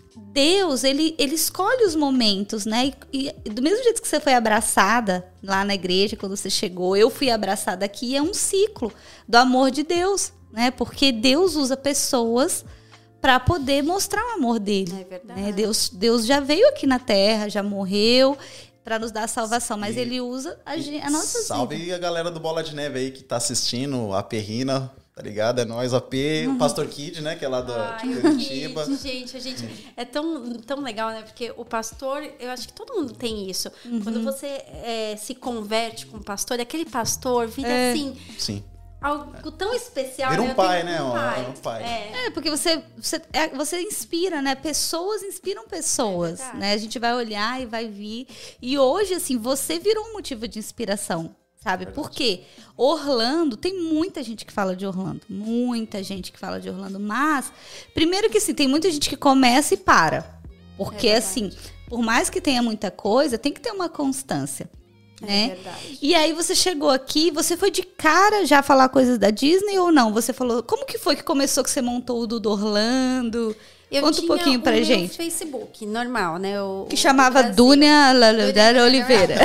Deus, ele, ele escolhe os momentos, né? E, e do mesmo jeito que você foi abraçada lá na igreja, quando você chegou, eu fui abraçada aqui, é um ciclo do amor de Deus, né? Porque Deus usa pessoas para poder mostrar o amor dele. É verdade. Né? Deus, Deus já veio aqui na Terra, já morreu para nos dar a salvação, mas e, ele usa a, a nossa vida. Salve a galera do Bola de Neve aí que tá assistindo, a Perrina. Tá ligado? É nós, A P, uhum. o Pastor Kid, né? Que é lá da Ai, Curitiba. Kid, gente, a gente é tão, tão legal, né? Porque o pastor, eu acho que todo mundo tem isso. Uhum. Quando você é, se converte com o pastor, aquele pastor vira é. assim... Sim. Algo tão especial. Vira um né? pai, né? Um pai. Um pai. É. é, porque você, você, é, você inspira, né? Pessoas inspiram pessoas, é né? A gente vai olhar e vai vir. E hoje, assim, você virou um motivo de inspiração. Sabe? Por quê? Orlando, tem muita gente que fala de Orlando. Muita gente que fala de Orlando. Mas, primeiro que sim, tem muita gente que começa e para. Porque, é assim, por mais que tenha muita coisa, tem que ter uma constância. É né? verdade. E aí você chegou aqui, você foi de cara já falar coisas da Disney ou não? Você falou, como que foi que começou que você montou o do Orlando? Eu Conta um pouquinho pra o gente. Meu Facebook, normal, né? O, que o chamava Dúnia Oliveira.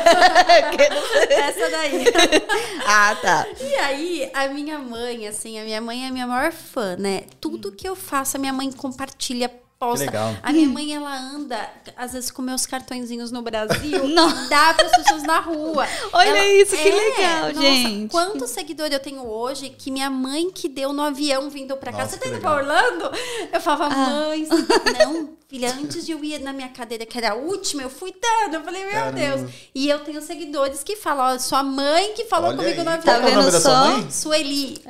É. Essa daí. Ah, tá. E aí, a minha mãe, assim, a minha mãe é a minha maior fã, né? Tudo que eu faço, a minha mãe compartilha, posta. Legal. A minha mãe, ela anda, às vezes, com meus cartõezinhos no Brasil, não dá para as pessoas na rua. Olha ela, isso, que é, legal, nossa, gente. Quantos seguidores eu tenho hoje que minha mãe que deu no avião vindo pra cá. Nossa, você tá indo pra Orlando? Eu falava, ah. mãe, não, filha, antes de eu ir na minha cadeira, que era a última, eu fui dando. Eu falei, meu Caramba. Deus. E eu tenho seguidores que falam, ó, sua mãe que falou Olha comigo aí. no avião. Tá vendo só? Sueli.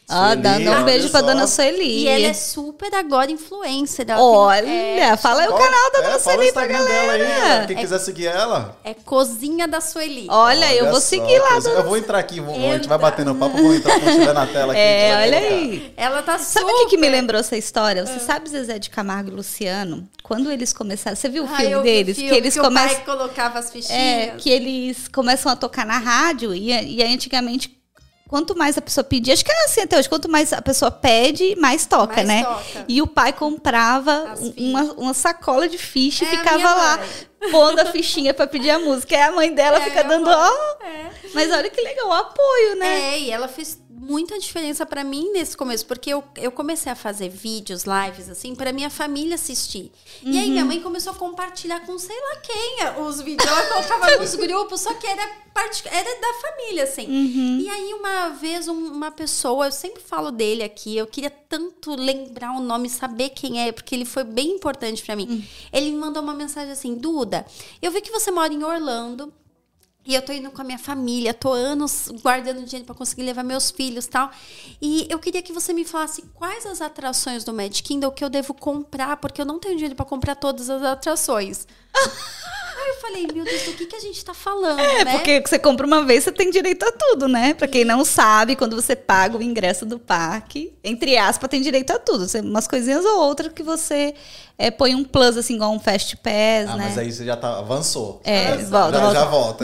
Ó, dando um beijo pra Dona Sueli. E ela é super agora influencer. Ela Olha, tem, é, fala aí o canal da Dona é, Sueli pra galera. Dela aí, quem é, quiser seguir ela. É Cozinha da Sueli. Olha, olha eu vou só, seguir lá. Dona... Eu vou entrar aqui, vou, a gente vai batendo papo, vou entrar quando estiver na tela aqui. É, olha aí. Ela tá Sabe super... o que, que me lembrou essa história? Você ah. sabe Zezé de Camargo e Luciano? Quando eles começaram... Você viu o filme ah, deles? Vi o que eles que começam... o pai colocava as fichinhas. É, que eles começam a tocar na rádio e, e antigamente... Quanto mais a pessoa pedia, acho que é assim até hoje, quanto mais a pessoa pede, mais toca, mais né? Toca. E o pai comprava uma, uma sacola de ficha é e ficava lá, pondo a fichinha pra pedir a música. E a mãe dela é, fica dando, ó. É. Mas olha que legal, o apoio, né? É, e ela fez muita diferença pra mim nesse começo, porque eu, eu comecei a fazer vídeos, lives, assim, pra minha família assistir. Uhum. E aí minha mãe começou a compartilhar com sei lá quem os vídeos. Ela colocava nos grupos, só que era, part... era da família, assim. Uhum. E aí uma vez um, uma pessoa, eu sempre falo dele aqui, eu queria tanto lembrar o nome, saber quem é, porque ele foi bem importante pra mim. Uhum. Ele me mandou uma mensagem assim, Duda, eu vi que você mora em Orlando, e eu tô indo com a minha família, tô anos guardando dinheiro para conseguir levar meus filhos e tal. E eu queria que você me falasse quais as atrações do Magic Kingdom que eu devo comprar, porque eu não tenho dinheiro para comprar todas as atrações. Aí eu falei, meu Deus, do que, que a gente tá falando, é, né? Porque você compra uma vez, você tem direito a tudo, né? Pra quem não sabe, quando você paga o ingresso do parque, entre aspas, tem direito a tudo. Você, umas coisinhas ou outras que você é, põe um plus, assim, igual um Fast Pass, ah, né? Mas aí você já tá, avançou. É, avançou. volta, já, volta. já volta.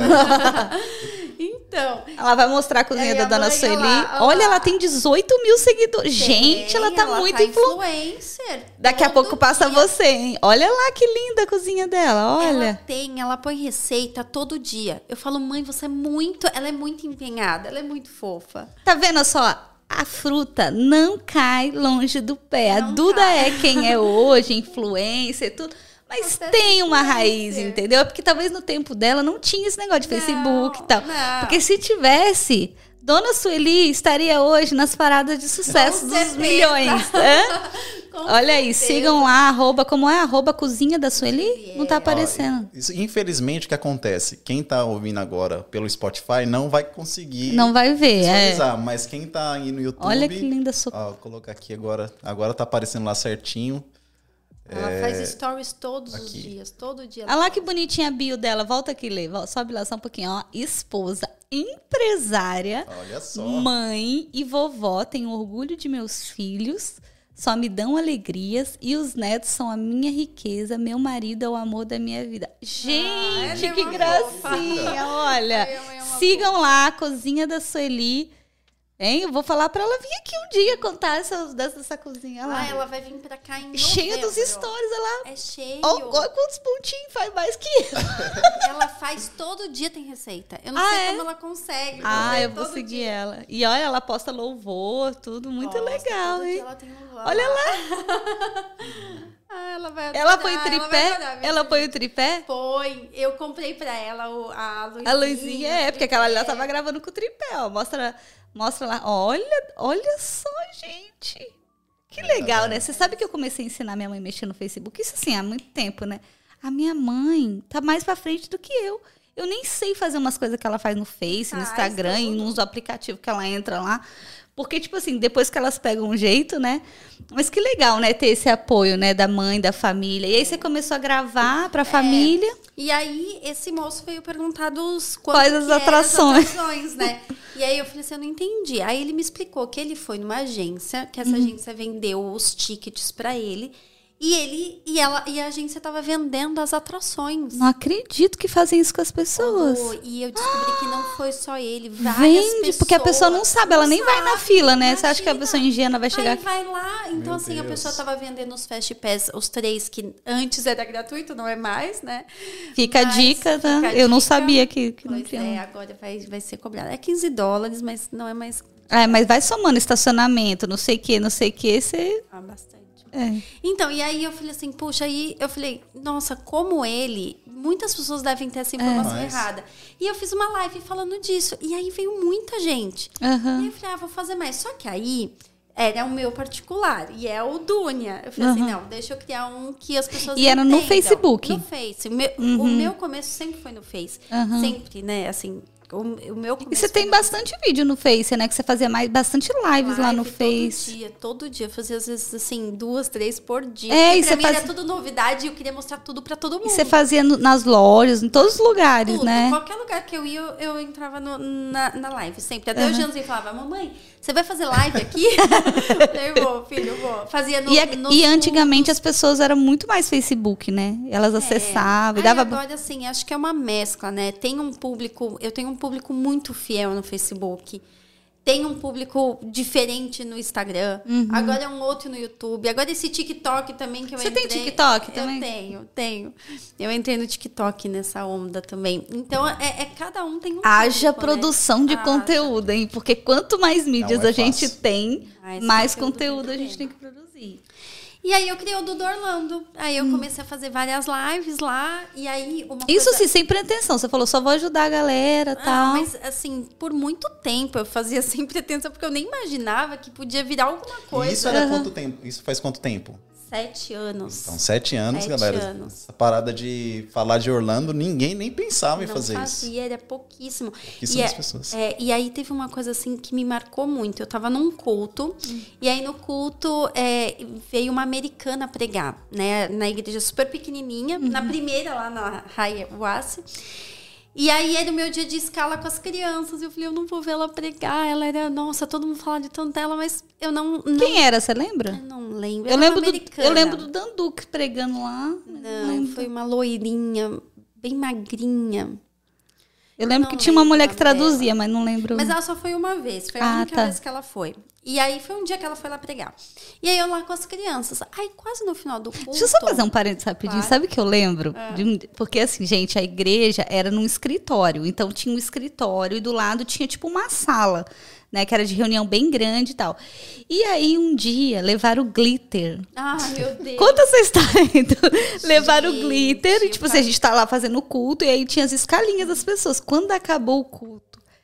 Então... Ela vai mostrar a cozinha da Dona Sueli. Lá, olha, ela tem dezoito mil seguidores. Tem, gente, ela tá ela muito tá influ... influencer. Daqui a pouco passa dia. Você, hein? Olha lá que linda a cozinha dela, olha. Ela tem, ela põe receita todo dia. Eu falo, mãe, você é muito... Ela é muito empenhada, ela é muito fofa. Tá vendo só? A fruta não cai longe do pé. Não a Duda cai. É quem é hoje, influencer, tudo... Mas você tem uma raiz, entendeu? Porque talvez no tempo dela não tinha esse negócio de não, Facebook e tal. Não. Porque se tivesse, Dona Sueli estaria hoje nas paradas de sucesso Com dos certeza. Milhões. Olha aí, sigam lá, arroba, como é? Arroba Cozinha da Sueli? Não tá aparecendo. Ó, isso, infelizmente, o que acontece? Quem tá ouvindo agora pelo Spotify não vai conseguir Não vai ver, visualizar, é. Mas quem tá aí no YouTube... Olha que linda sua... Ó, vou colocar aqui agora. Agora tá aparecendo lá certinho. Ela é... faz stories todos aqui. Os dias, todo dia. Olha lá que bonitinha a bio dela. Volta aqui, Lê. Sobe lá só um pouquinho. Ó, esposa, empresária, olha só. Mãe e vovó. Tenho orgulho de meus filhos. Só me dão alegrias. E os netos são a minha riqueza. Meu marido é o amor da minha vida. Gente, ah, que gracinha. Fofa. Olha, sigam fofa. Lá a Cozinha da Sueli. Hein? Eu vou falar pra ela vir aqui um dia contar essa, dessa cozinha lá. Ah, ela vai vir pra cá em novembro. Cheia dos stories, ela... É cheio. Olha quantos pontinhos faz mais que eu. Ela faz todo dia, tem receita. Eu não ah, sei é? como ela consegue. Ah, eu vou seguir dia. Ela. E olha, ela posta louvor, tudo muito posta, legal, hein? Ela tem um olha lá. Ah, ela vai adorar, ela põe o tripé? Ela, adorar, ela põe o tripé? Põe. Eu comprei pra ela o, a luzinha. A luzinha, é, porque aquela ali ela tava gravando com o tripé, ó. Mostra... Mostra lá. Olha, olha só, gente. Que legal, né? Você sabe que eu comecei a ensinar minha mãe a mexer no Facebook? Isso assim, há muito tempo, né? A minha mãe tá mais pra frente do que eu. Eu nem sei fazer umas coisas que ela faz no Face, no Instagram, e nos aplicativos que ela entra lá. Porque, tipo assim, depois que elas pegam um jeito, né? Mas que legal, né? Ter esse apoio, né? Da mãe, da família. E aí você começou a gravar pra família. É. E aí, esse moço veio perguntar dos... Quais as atrações. as atrações, né? E aí eu falei assim, eu não entendi. Aí ele me explicou que ele foi numa agência, que essa uhum. agência vendeu os tickets pra ele. E ele e ela e a agência estava vendendo as atrações. Não acredito que fazem isso com as pessoas. Oh, e eu descobri ah, que não foi só ele, várias Vende, pessoas. Porque a pessoa não sabe, ela não nem sabe, vai na fila, né? Imagina. Você acha que a pessoa ingênua vai chegar Aí vai lá, então Meu assim, Deus. a pessoa estava vendendo os Fast Pass, os três que antes era gratuito, não é mais, né? Fica mas, a dica, tá? Fica a eu não dica, sabia que, que não pois tinha. É, agora vai, vai ser cobrado. É quinze dólares, mas não é mais... É, mas vai somando estacionamento, não sei o que, não sei o que, você... Ah, bastante. É. Então, e aí eu falei assim, puxa, aí eu falei, nossa, como ele, muitas pessoas devem ter essa informação é. errada. E eu fiz uma live falando disso. E aí veio muita gente. Uhum. E aí eu falei, ah, vou fazer mais. Só que aí era o meu particular. E é o Dúnia. Eu falei uhum. assim, não, deixa eu criar um que as pessoas E era entendam. no Facebook? No Face. O meu, uhum. o meu começo sempre foi no Face. Uhum. Sempre, né? Assim, O, o meu E você tem bastante vídeo no Face, né? Que você fazia mais, bastante lives Live lá no Face. Todo dia, todo dia. Eu fazia, às vezes, assim, duas, três por dia. É, e e pra você mim faz... era tudo novidade e eu queria mostrar tudo pra todo mundo. E você fazia no, nas lojas, em todos os lugares, tudo, né? Qualquer lugar que eu ia, eu, eu entrava no, na, na live, sempre. Até uhum. o Janzinho falava, mamãe, você vai fazer live aqui? Eu vou, filho, eu vou. Fazia no, E, a, e antigamente as pessoas eram muito mais Facebook, né? Elas é. acessavam. E dava... Agora, assim, acho que é uma mescla, né? Tem um público, eu tenho um público muito fiel no Facebook. Tem um público diferente no Instagram. Uhum. Agora é um outro no YouTube. Agora esse TikTok também que eu Você entrei. Você tem TikTok também? Eu tenho, tenho. Eu entrei no TikTok nessa onda também. Então, é, é cada um tem um Haja público, produção né? de Haja. conteúdo, hein? Porque quanto mais mídias é a gente fácil. tem, mais, mais conteúdo, conteúdo a gente tem que produzir. E aí eu criei o Duda Orlando. Aí eu hum. comecei a fazer várias lives lá. E aí uma Isso coisa... sim, sem pretensão. Você falou, só vou ajudar a galera e ah, tal. Mas assim, por muito tempo eu fazia sem pretensão, porque eu nem imaginava que podia virar alguma coisa. E isso era uhum. quanto tempo? Isso faz quanto tempo? Sete anos. Então, sete anos, sete galera. Anos. Essa parada de falar de Orlando, ninguém nem pensava em Não fazer fazia, isso. Não fazia, era pouquíssimo. Pouquíssimas e pessoas. É, é, e aí teve uma coisa assim que me marcou muito. Eu tava num culto, hum. e aí no culto é, veio uma americana pregar, né? Na igreja super pequenininha, uhum. na primeira lá na Raia Uassi. E aí era o meu dia de escala com as crianças. Eu falei, eu não vou ver ela pregar. Ela era, nossa, todo mundo fala de tanto dela, mas eu não... não... Quem era, você lembra? Eu não lembro. Eu lembro, do, eu lembro do Danduque pregando lá. Não, não foi uma loirinha, bem magrinha. Eu lembro não que tinha uma mulher que traduzia, dela. mas não lembro. Mas ela só foi uma vez. Foi a ah, única tá. vez que ela foi. E aí foi um dia que ela foi lá pregar. E aí eu lá com as crianças. Aí quase no final do culto... Deixa eu só fazer um parênteses rapidinho. Claro. Sabe o que eu lembro? É. De um, porque assim, gente, a igreja era num escritório. Então tinha um escritório e do lado tinha tipo uma sala, né? Que era de reunião bem grande e tal. E aí um dia levaram o glitter. Ai, meu Deus. Conta essa história aí. Levaram o glitter e tipo assim, a gente tá lá fazendo o culto e aí tinha as escalinhas das pessoas. Quando acabou o culto,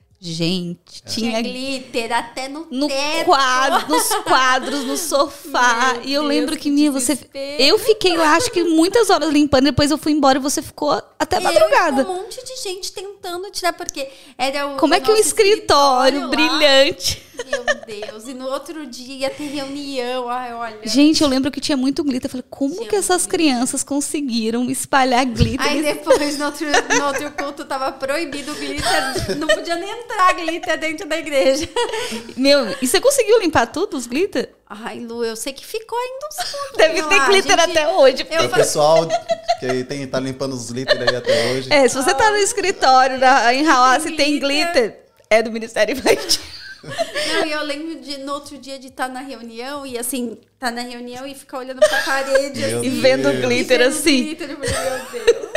gente, tinha, tinha glitter até no, no teto. quadro, nos quadros, no sofá. Meu e eu Deus, lembro que, que minha, você. desespero. Eu fiquei lá, acho que muitas horas limpando, depois eu fui embora e você ficou até eu madrugada. E um monte de gente tentando tirar, porque era o. Como é que é um escritório, escritório brilhante? Meu Deus. E no outro dia ia ter reunião. Ai, olha. Gente, eu lembro que tinha muito glitter. Eu falei, como tinha que essas glitter. crianças conseguiram espalhar glitter? Aí depois, no outro, no outro culto, tava proibido o glitter. Não podia nem entrar glitter dentro da igreja. Meu, e você conseguiu limpar tudo, os glitter? Ai, Lu, eu sei que ficou ainda uns pontos. Deve ter lá, glitter gente, até hoje. Eu o pessoal que tem, tá limpando os glitter aí até hoje. É, se você tá no escritório na, em Hawaii e tem glitter, é do Ministério Infantil. Não, e eu lembro de no outro dia de estar na reunião e assim, tá na reunião e ficar olhando pra parede assim, e vendo Deus. glitter e vendo assim. Glitter, meu Deus.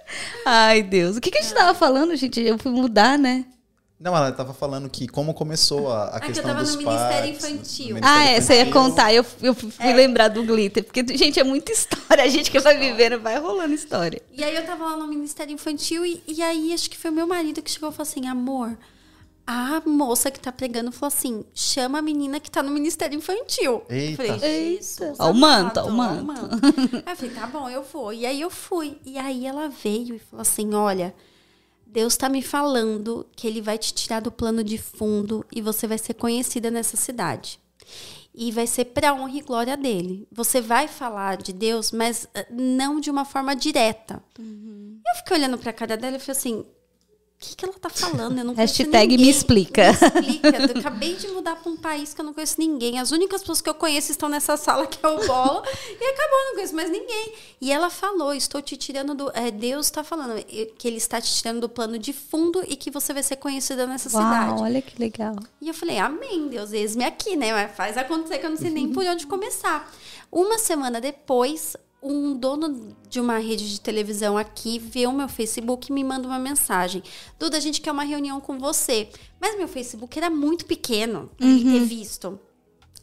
Ai, Deus. O que, que a gente tava falando, gente? Eu fui mudar, né? Não, ela tava falando que como começou a, a ah, questão que eu tava dos no parques, Ministério Infantil. no Ministério Ah, é, você ia Infantil. contar. Eu, eu fui é. lembrar do glitter. Porque, gente, é muita história. A gente que vai vivendo vai rolando história. E aí eu tava lá no Ministério Infantil e, e aí acho que foi meu marido que chegou e falou assim, amor, a moça que tá pregando falou assim, chama a menina que tá no Ministério Infantil. Eita. Eu falei, Eita. Ó o manto, ó o amado, manto. Aí eu falei, tá bom, eu vou. E aí eu fui. E aí ela veio e falou assim, olha, Deus tá me falando que ele vai te tirar do plano de fundo e você vai ser conhecida nessa cidade. E vai ser pra honra e glória dele. Você vai falar de Deus, mas não de uma forma direta. Uhum. Eu fiquei olhando pra cara dela e falei assim, o que, que ela tá falando? Eu não conheço Hashtag ninguém. me explica. Me explica. Eu acabei de mudar pra um país que eu não conheço ninguém. As únicas pessoas que eu conheço estão nessa sala, que é o Bola. E acabou, eu não conheço mais ninguém. E ela falou, estou te tirando do... É, Deus está falando que ele está te tirando do plano de fundo e que você vai ser conhecida nessa Uau, cidade. Olha que legal. E eu falei, amém, Deus, eis-me aqui, né? Mas faz acontecer que eu não sei nem por onde começar. Uma semana depois... Um dono de uma rede de televisão aqui vê o meu Facebook e me manda uma mensagem. Duda, a gente quer uma reunião com você. Mas meu Facebook era muito pequeno pra ele ter visto.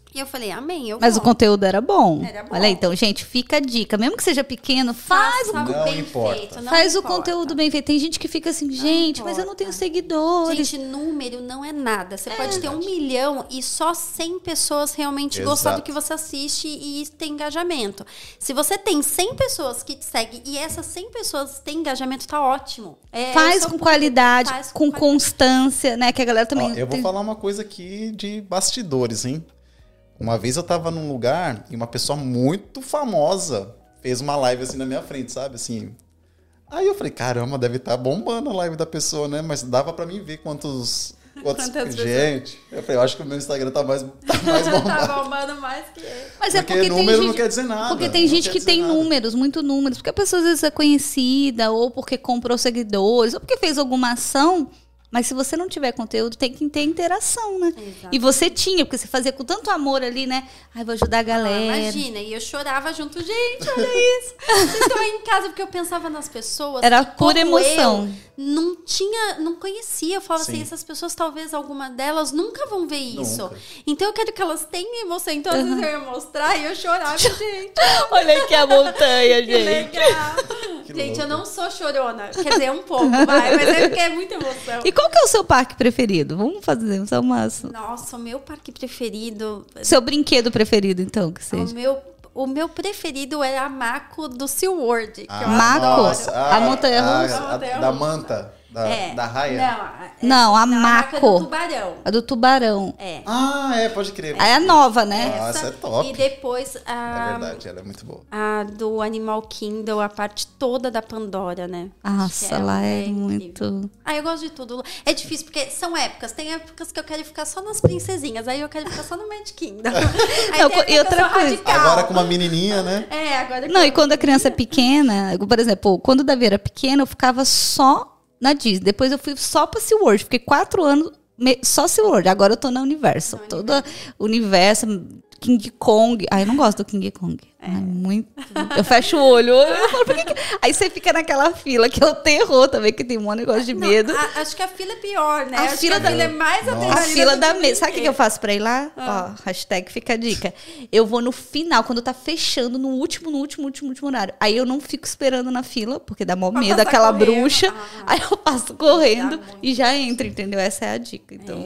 E eu falei, amém, eu Mas vou. o conteúdo era bom. Era bom. Olha aí, então, gente, fica a dica. Mesmo que seja pequeno, faz, Faça Não bem importa. feito, não faz o importa. conteúdo bem feito. Tem gente que fica assim, gente, mas eu não tenho importa. seguidores. Gente, número não é nada. Você pode ter um milhão e só cem pessoas realmente gostar do Exato. que você assiste e tem engajamento. Se você tem cem pessoas que te seguem e essas cem pessoas têm engajamento, tá ótimo. É, Faz esse é o com ponto. qualidade, Faz com qualidade. constância, né? Que a galera também... Ó, eu vou tem- falar uma coisa aqui de bastidores, hein? Uma vez eu tava num lugar e uma pessoa muito famosa fez uma live assim na minha frente, sabe? Assim. Aí eu falei, caramba, deve estar bombando a live da pessoa, né? Mas dava pra mim ver quantos. quantos Quantas gente. Eu falei, eu acho que o meu Instagram tá mais, tá mais bombado. Tá bombando mais que ele. Mas é Porque porque tem número gente, não quer dizer nada, Porque tem não gente quer que dizer tem nada. números, muito números. Porque a pessoa às vezes é conhecida, ou porque comprou seguidores, ou porque fez alguma ação. Mas se você não tiver conteúdo, tem que ter interação, né? Exato. E você tinha, porque você fazia com tanto amor ali, né? Ai, vou ajudar a Ah, galera. imagina, e eu chorava junto, gente, olha isso. Vocês estão aí em casa, porque eu pensava nas pessoas. Era que, pura como emoção. eu, não tinha, não conhecia. Eu falava Sim. assim, essas pessoas, talvez alguma delas nunca vão ver isso. Nunca. Então eu quero que elas tenham emoção. Então às vezes eu ia mostrar e eu chorava, gente. Olha aqui a montanha, Que gente. legal. Que Gente, louco. eu não sou chorona. Quer dizer, um pouco, vai, mas é porque é muita emoção. E qual que é o seu parque preferido? Vamos fazer só uma... Nossa, o meu parque preferido. Seu brinquedo preferido, então, que O seja. meu, o meu preferido era a Mako do SeaWorld. Que Ah, eu Maco? adoro. nossa, A montanha-russa? a- A montanha-russa. Da manta. Da, É. da raia. Não, a- Não, a não, maca Mako. do tubarão. A do tubarão. É. Ah, é, pode crer. Aí é nova, né? Ah, essa é top. E depois É a, verdade, ela é muito boa. a do Animal Kingdom, a parte toda da Pandora, né? Nossa, Que lá é incrível. muito... Ah, eu gosto de tudo. É difícil, porque são épocas. Tem épocas que eu quero ficar só nas princesinhas. Aí eu quero ficar só no Magic Kingdom. Aí Não, tem e época outra que eu sou coisa. radical. Agora com uma menininha, né? É, agora que Não, eu- e quando a criança é pequena, por exemplo, quando o Davi era pequeno, eu ficava só na Disney. Depois eu fui só pra SeaWorld. Fiquei quatro anos me- só SeaWorld. Agora eu tô na Universal. Na Todo o universo, King Kong. Ai, eu não gosto do King Kong. Ai, muito. Eu fecho o olho. Eu falo, por que que... Aí você fica naquela fila, que é o terror também, que tem um negócio de Não, medo. a- acho que a fila é pior, né? A acho fila que a da- fila é mais Nossa. A adrenalina fila do da que mesa. Sabe o que que eu brinquedo. faço pra ir lá? Ah. Ó, hashtag fica a dica. Eu vou no final, quando tá fechando, no último, no último, último, último horário. Aí eu não fico esperando na fila, porque dá mó Pra medo passar daquela correndo. bruxa. Ah. Aí eu passo correndo Dá muito. e já entro, entendeu? Essa é a dica. Então.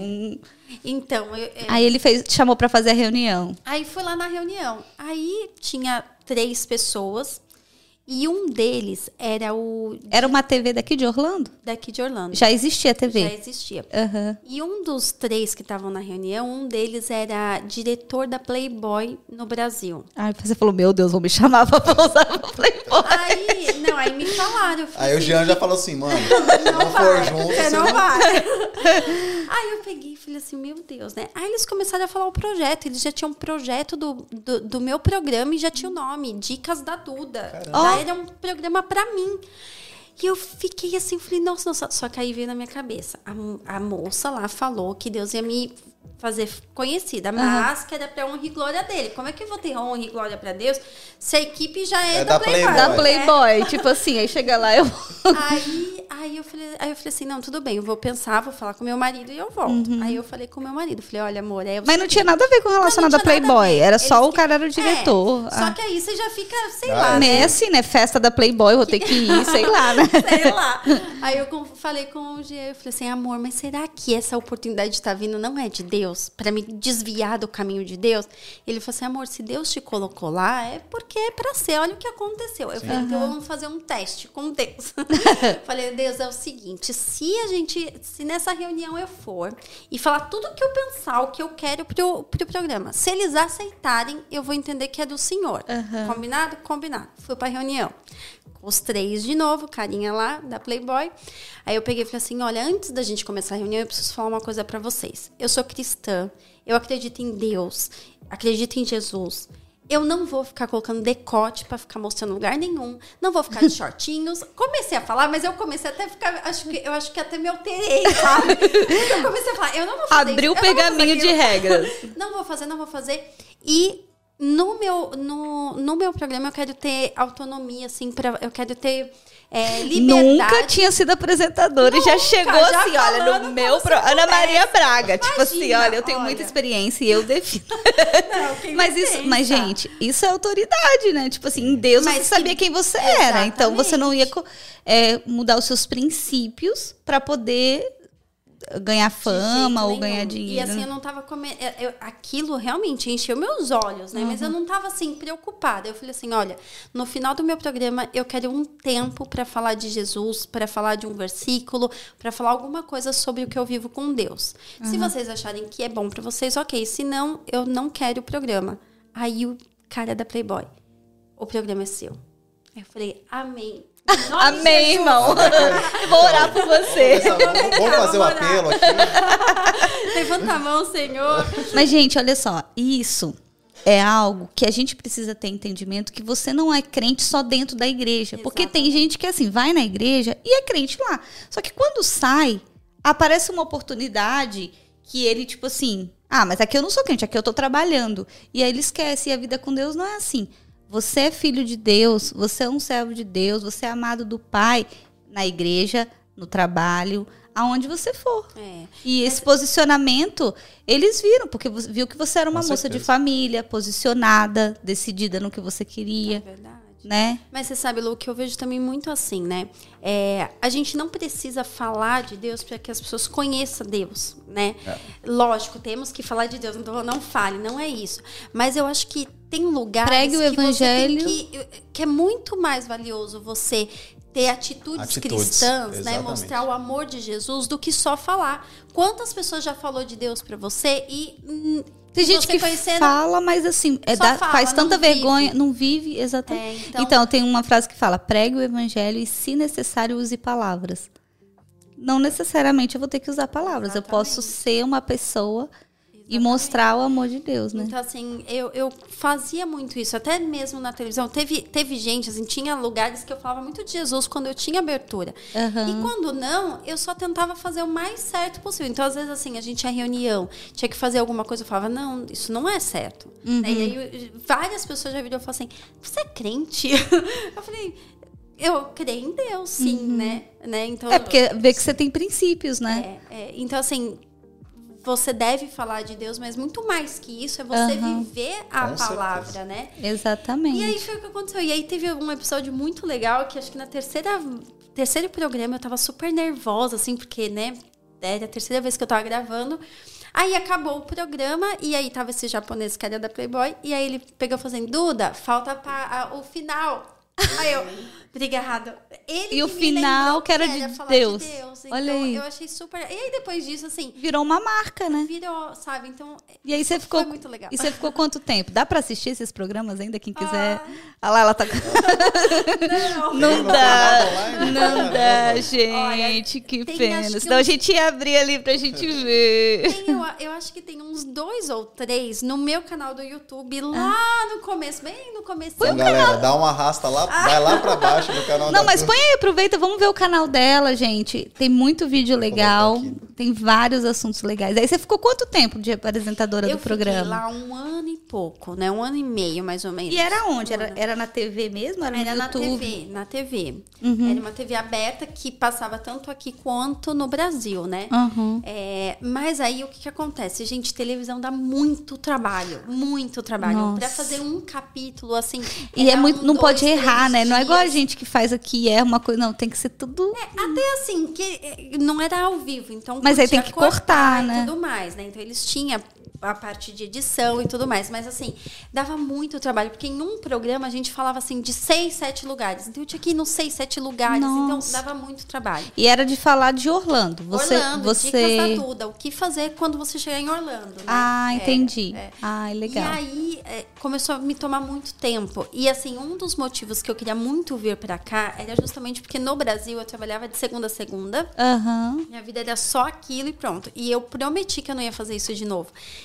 Então, eu, eu- Aí ele fez, chamou pra fazer a reunião. aí fui lá na reunião. Aí tinha três pessoas e um deles era o Era uma T V daqui de Orlando? daqui de Orlando. Já existia a T Já V. existia. Aham. E um dos três que estavam na reunião, um deles era diretor da Playboy no Brasil. Aí você falou, meu Deus, vou me chamar pra pousar pro Playboy. Aí, não, aí me falaram. eu falei Aí o assim, Jean já falou assim, mano, se não for junto, Você você não não... vai. Aí eu peguei e falei assim, meu Deus, né? Aí eles começaram a falar o projeto. Eles já tinham um projeto do, do, do meu programa e já tinha o nome, Dicas da Duda. Caramba. Lá era um programa pra mim. E eu fiquei assim, falei, nossa, nossa. Só que aí veio na minha cabeça. A, a moça lá falou que Deus ia me fazer conhecida, mas que era pra honra e glória dele. Como é que eu vou ter honra e glória pra Deus se a equipe já é, É da, da Playboy? Playboy. Da Playboy. Tipo assim, aí chega lá, eu. Aí, aí, eu falei, aí eu falei assim, não, tudo bem, eu vou pensar, vou falar com meu marido e eu volto. Aí eu falei com meu marido, falei, olha, amor, é... o Mas não seguinte, tinha nada a ver com relacionado não a tinha nada Playboy. ver. Era Eles só o que- cara era o diretor. É, Ah. só que aí você já fica, sei Ah, lá, Né, né? assim, né? Festa da Playboy, vou ter que ir, sei lá, né? Sei lá. Aí eu com- falei com o Jean, eu falei assim, amor, mas será que essa oportunidade de estar vindo não é de Deus? Pra me desviar do caminho de Deus? Ele falou assim, amor, se Deus te colocou lá, é porque é pra ser. Olha o que aconteceu. Eu falei, então vamos fazer um teste com Deus. Falei, Deus, é o seguinte, se a gente, se nessa reunião eu for e falar tudo o que eu pensar, o que eu quero pro, pro programa, se eles aceitarem, eu vou entender que é do Senhor. Combinado? Combinado. Fui pra reunião. Os três de novo, carinha lá da Playboy. Aí eu peguei e falei assim, olha, antes da gente começar a reunião, eu preciso falar uma coisa pra vocês. Eu sou cristã, eu acredito em Deus, acredito em Jesus. Eu não vou ficar colocando decote pra ficar mostrando lugar nenhum. Não vou ficar de shortinhos. Comecei a falar, mas eu comecei até a ficar... Acho que, eu acho que até me alterei, sabe? Porque eu comecei a falar, eu não vou fazer Abriu o isso, eu não vou fazer pergaminho de aquilo. regras. Não vou fazer, não vou fazer. E No meu, no, no meu programa eu quero ter autonomia, assim, pra, eu quero ter é, liberdade. Nunca tinha sido apresentadora Nunca, e já chegou já assim, olha, no meu... Pro... Ana Maria Braga, Imagina, tipo assim, olha, eu tenho olha. muita experiência e eu defino. Não, mas isso, pensa? mas gente, isso é autoridade, né? Tipo assim, em Deus mas você que... sabia quem você Exatamente. era, então você não ia é, mudar os seus princípios para poder... ganhar fama ou nenhum. ganhar dinheiro. E assim, eu não tava comendo... Aquilo realmente encheu meus olhos, né? Uhum. Mas eu não tava, assim, preocupada. Eu falei assim, olha, no final do meu programa, eu quero um tempo para falar de Jesus, para falar de um versículo, para falar alguma coisa sobre o que eu vivo com Deus. Uhum. Se vocês acharem que é bom para vocês, ok. Se não, eu não quero o programa. Aí o cara da Playboy, o programa é seu. Aí eu falei, amém. Amém, irmão. Vou orar por você. Vamos fazer o apelo aqui. Levanta a mão, Senhor. Mas, gente, olha só. Isso é algo que a gente precisa ter entendimento que você não é crente só dentro da igreja. Exatamente. Porque tem gente que, assim, vai na igreja e é crente lá. Só que quando sai, aparece uma oportunidade que ele, tipo assim... Ah, mas aqui eu não sou crente, aqui eu tô trabalhando. E aí ele esquece. E a vida com Deus não é assim. Você é filho de Deus, você é um servo de Deus, você é amado do Pai na igreja, no trabalho, aonde você for. É. E esse posicionamento, eles viram, porque viu que você era uma Com moça certeza. de família, posicionada, decidida no que você queria. É verdade. Né? Mas você sabe, Lu, que eu vejo também muito assim, né? É, a gente não precisa falar de Deus para que as pessoas conheçam Deus, né? É. Lógico, temos que falar de Deus, não, não fale, não é isso. Mas eu acho que tem lugares Pregue o que evangelho. você tem que, que é muito mais valioso você ter atitudes, atitudes cristãs, né? Mostrar o amor de Jesus do que só falar. Quantas pessoas já falou de Deus para você e... Hum, Tem gente que conhecendo, fala, mas assim, é da, fala, faz tanta vergonha, vive. não vive, exatamente. É, então, então, tem uma frase que fala, pregue o evangelho e, se necessário, use palavras. Não necessariamente eu vou ter que usar palavras. Exatamente. Eu posso ser uma pessoa... Exatamente. E mostrar o amor de Deus, né? Então, assim, eu, eu fazia muito isso, até mesmo na televisão. Teve, teve gente, assim, tinha lugares que eu falava muito de Jesus quando eu tinha abertura. Uhum. E quando não, eu só tentava fazer o mais certo possível. Então, às vezes, assim, a gente tinha reunião, tinha que fazer alguma coisa, eu falava, não, isso não é certo. Uhum. E aí, várias pessoas já viram e falaram assim, você é crente? Eu falei... Eu creio em Deus, sim, uhum. né? né? Então, é porque vê que você tem princípios, né? É, é, então, assim... Você deve falar de Deus, mas muito mais que isso é você uhum. viver a Com palavra, certeza. né? Exatamente. E aí foi o que aconteceu. E aí teve um episódio muito legal, que acho que na terceira, terceiro programa eu tava super nervosa, assim, porque, né, era a terceira vez que eu tava gravando. Aí acabou o programa, e aí tava esse japonês que era da Playboy, e aí ele pegou fazendo, Duda, falta pra, a, o final. Aí eu, obrigada. Ele e o final que era, que era de, Deus. de Deus. Olha então, aí. eu achei super... E aí, depois disso, assim... Virou uma marca, né? Virou, sabe? Então, e aí você ficou, foi muito legal. E você ficou quanto tempo? Dá pra assistir esses programas ainda? Quem quiser... Ah, ah lá, ela tá... Não, não dá. Não dá, gente. Olha, que tem, pena. Senão uns... a gente ia abrir ali pra gente ver. Tem, eu, eu acho que tem uns dois ou três no meu canal do YouTube, lá ah. no começo, bem no começo. Então, galera, canal... dá uma arrasta lá, ah. vai lá pra baixo no canal Não, da mas põe aí, aproveita, vamos ver o canal dela, gente. Tem muito vídeo legal, tem vários assuntos legais. Aí você ficou quanto tempo de apresentadora eu do programa? Eu fiquei lá um ano e pouco, né? Um ano e meio, mais ou menos. E era onde? Era, era na T V mesmo? Era, era no YouTube? na T V, na T V. Uhum. Era uma T V aberta que passava tanto aqui quanto no Brasil, né? Uhum. É, mas aí o que, que acontece? Gente, televisão dá muito trabalho, muito trabalho. Nossa. Pra fazer um capítulo, assim... E é muito, um, não dois, pode errar, né? Dias. Não é igual a gente que faz aqui, é uma coisa... Não, tem que ser tudo... É, até assim, que não era ao vivo, então... Mas aí tem que cortar, cortar né? E tudo mais, né? Então eles tinham a parte de edição e tudo mais. Mas assim, dava muito trabalho. Porque em um programa a gente falava assim de seis, sete lugares. Então eu tinha que ir nos seis, sete lugares. Nossa. Então dava muito trabalho. E era de falar de Orlando. Você, Orlando, você... dicas da Duda. O que fazer quando você chegar em Orlando, né? Ah, entendi. É, é. Ah, legal. E aí é, começou a me tomar muito tempo. E assim, um dos motivos que eu queria muito vir pra cá era justamente porque no Brasil eu trabalhava de segunda a segunda. Uhum. Minha vida era só aquilo e pronto. E eu prometi que eu não ia fazer isso de novo.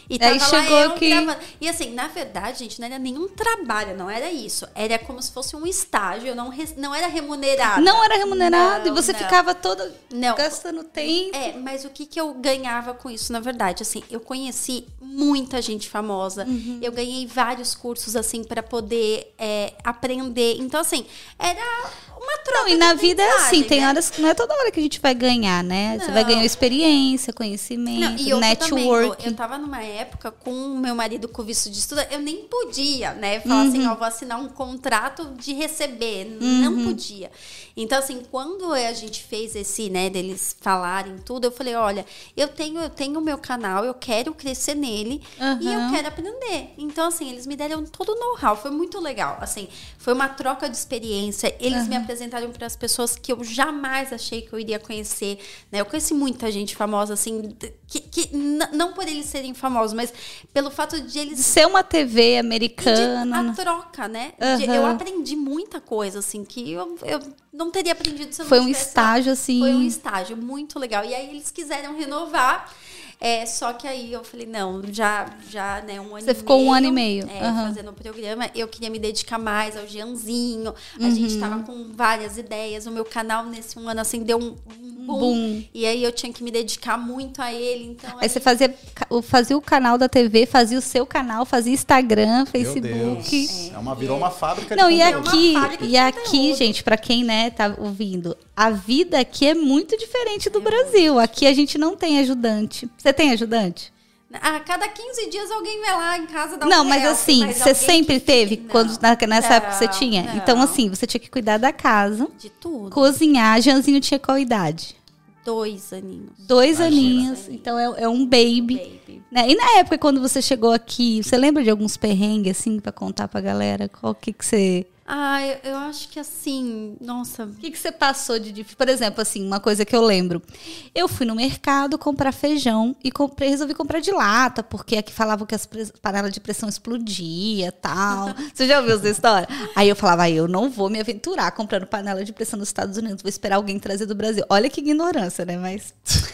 E tava Aí chegou lá eu aqui. gravando. E assim, na verdade, gente, não era nenhum trabalho, não era isso. Era como se fosse um estágio, eu não, re- não era remunerada. Não era remunerado Não, e você não. ficava toda Não. gastando tempo. É, mas o que, que eu ganhava com isso, na verdade? Assim, eu conheci muita gente famosa. Uhum. Eu ganhei vários cursos, assim, para poder é, aprender. Então, assim, era uma troca. Não, e na de vida é assim, aprendizagem, tem né? horas que não é toda hora que a gente vai ganhar, né? Você vai Não. ganhar experiência, Não, conhecimento, e outra também, network. eu, eu tava numa época com o meu marido com visto de estudo, eu nem podia, né? Falar assim, ó, vou assinar um contrato de receber. Não podia. Então, assim, quando a gente fez esse, né, deles falarem tudo, eu falei, olha, eu tenho eu tenho o meu canal, eu quero crescer nele e eu Uhum. quero aprender. Então, assim, eles me deram todo o know-how, foi muito legal. Assim, foi uma troca de experiência. Eles me apresentaram para as pessoas que eu jamais achei que eu iria conhecer, né? Eu conheci muita gente famosa, assim, que, que n- não por eles serem famosos, mas pelo fato de eles Ser uma T V e de- americana. a troca, né? De- Aham. eu aprendi muita coisa, assim, que eu, eu não teria aprendido se eu não Foi um tivesse lá. estágio, assim. Foi um estágio muito legal. E aí eles quiseram renovar. É, só que aí eu falei, não, já, já, né, um ano Você e ficou meio. um ano e meio. É, Aham. fazendo o programa. Eu queria me dedicar mais ao Jeanzinho. A Uhum. gente tava com várias ideias. O meu canal, nesse um ano, assim, deu um, um boom. Boom. E aí eu tinha que me dedicar muito a ele. Então, Aí você fazia, fazia o canal da T V, fazia o seu canal, fazia Instagram, Meu Facebook. Deus. É uma, virou uma fábrica Não, de e conteúdo. aqui, Uma fábrica de e aqui, conteúdo. gente, pra quem, né, tá ouvindo, a vida aqui é muito diferente do Brasil. Aqui a gente não tem ajudante. Você tem ajudante? A cada quinze dias alguém vai lá em casa dar um Não, mas help, assim, mas você alguém sempre que teve, fique- quando Não, na- nessa não, época você tinha? não. Então, assim, você tinha que cuidar da casa, De tudo. cozinhar. Janzinho tinha qual idade? Dois aninhos. Dois Imagina. aninhos, então é, é um baby. Baby. Né? E na época, quando você chegou aqui, você lembra de alguns perrengues, assim, pra contar pra galera? Qual que que você... Ah, eu, eu acho que assim, nossa. O que, que você passou de difícil? Por exemplo, assim, uma coisa que eu lembro. Eu fui no mercado comprar feijão e comprei, resolvi comprar de lata, porque aqui falavam que as pres- panelas de pressão explodia e tal. Você já ouviu essa história? Aí eu falava, ah, eu não vou me aventurar comprando panela de pressão nos Estados Unidos, vou esperar alguém trazer do Brasil. Olha que ignorância, né? Mas.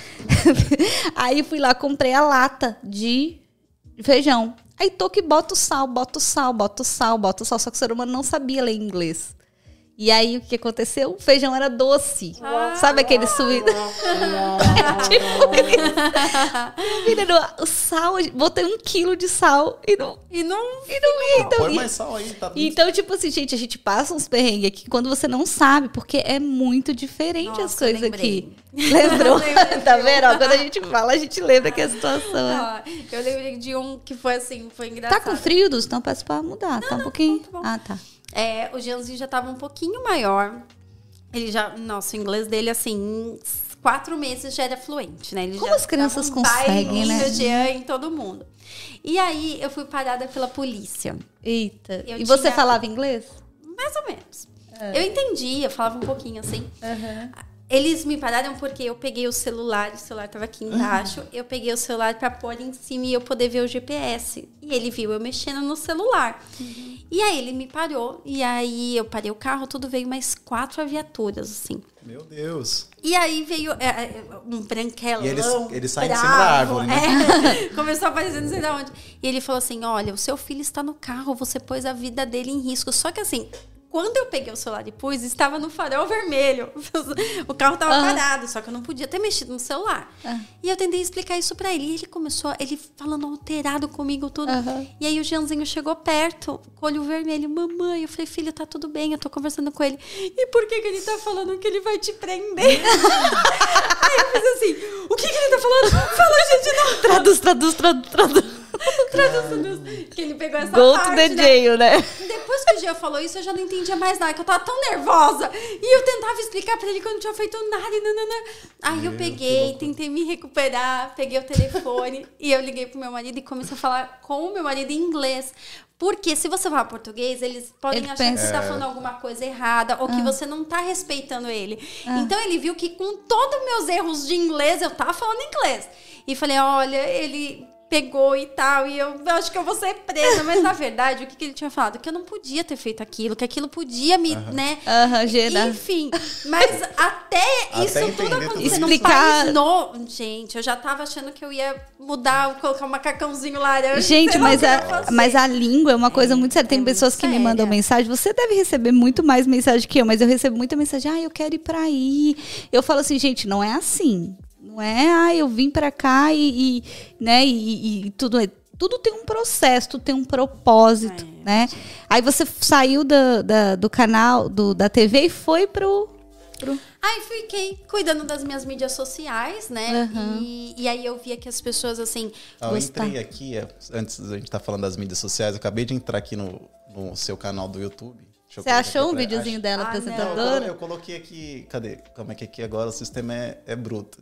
Aí fui lá, comprei a lata de feijão. Aí tô que boto sal, boto sal, boto sal, boto sal. Só que o ser humano não sabia ler inglês. E aí, o que aconteceu? O feijão era doce. Ah. Sabe aquele suíno? Menino, o sal, botei um quilo de sal e não... E não. E não ia, então, Põe e- mais sal aí, tá tudo então, tipo assim, gente, a gente passa uns perrengues aqui quando você não sabe, porque é muito diferente as Nossa, coisas lembrei. aqui. Lembrou? Lembrei. Tá vendo? Ó, quando a gente fala, a gente lembra que a situação é... Ah, eu lembrei de um que foi assim, foi engraçado. Tá com frio, Dulce? Então peço pra mudar, tá um pouquinho... tá bom. Ah, tá. É, o Jeanzinho já tava um pouquinho maior. Ele já. Nossa, o inglês dele, assim, em quatro meses já era fluente, né? Ele Como já as crianças dava um conseguem, bailinho né? de Jean em todo mundo. E aí eu fui parada pela polícia. Eita. Eu E você tinha- falava inglês? Mais ou menos. É. Eu entendia, falava um pouquinho assim. Eles me pararam porque eu peguei o celular, o celular tava aqui embaixo, eu peguei o celular pra pôr em cima e eu poder ver o G P S. E ele viu eu mexendo no celular. E aí ele me parou, e aí eu parei o carro, tudo, veio mais quatro viaturas, assim. Meu Deus. E aí veio é, é, um branquelão. E eles- eles saem de bravo, cima da árvore, né? é. Começou a aparecer não sei de onde. E ele falou assim: olha, o seu filho está no carro, você pôs a vida dele em risco. Só que assim, quando eu peguei o celular e pus, estava no farol vermelho. O carro estava Aham. parado, só que eu não podia ter mexido no celular. Ah. E eu tentei explicar isso pra ele. E ele começou, ele falando alterado comigo, tudo. Aham. E aí o Jeanzinho chegou perto, com o olho vermelho. Mamãe, eu falei, filho, tá tudo bem, eu tô conversando com ele. E por que que ele tá falando que ele vai te prender? Aí eu fiz assim, o que que ele tá falando? Fala, gente, não. Traduz, traduz, traduz, traduz. Traduz, traduz. Que ele pegou essa Go to parte, the né? jail, né? Depois que o Jean falou isso, eu já não entendia mais nada, que eu tava tão nervosa. E eu tentava explicar pra ele que eu não tinha feito nada. E nanana. Aí eu Meu, peguei, tentei me recuperar, peguei o telefone e eu liguei pro meu marido e comecei a falar com o meu marido em inglês. Porque se você fala português, eles podem Ele achar pensa- que você tá falando alguma coisa errada ou que você não tá respeitando ele. Então ele viu que com todos os meus erros de inglês, eu tava falando inglês. E falei, olha, ele... pegou e tal, e eu, eu acho que eu vou ser presa, mas na verdade, o que, que ele tinha falado? Que eu não podia ter feito aquilo, que aquilo podia me, uhum. né? Uhum, gerar. Enfim, mas até, até isso tudo acontecer num explicar... país no... Gente, eu já tava achando que eu ia mudar, colocar um macacãozinho laranja. Gente, mas a, mas a língua é uma coisa é, muito séria. Tem é pessoas que séria. me mandam mensagem, você deve receber muito mais mensagem que eu, mas eu recebo muita mensagem, ah, eu quero ir pra aí. Eu falo assim, gente, não é assim. Não é, ah, eu vim pra cá e, e né, e, e tudo, tudo tem um processo, tudo tem um propósito, é, né? Sim. Aí você saiu da, da, do canal, do, da T V e foi pro... pro... Aí fiquei cuidando das minhas mídias sociais, né? Uhum. E, e aí eu via que as pessoas, assim... Ah, eu entrei aqui, antes da gente estar tá falando das mídias sociais, eu acabei de entrar aqui no, no seu canal do YouTube. Você achou um videozinho dela, ah, apresentadora? Não, eu coloquei aqui... Cadê? Como é que aqui agora o sistema é, é bruto.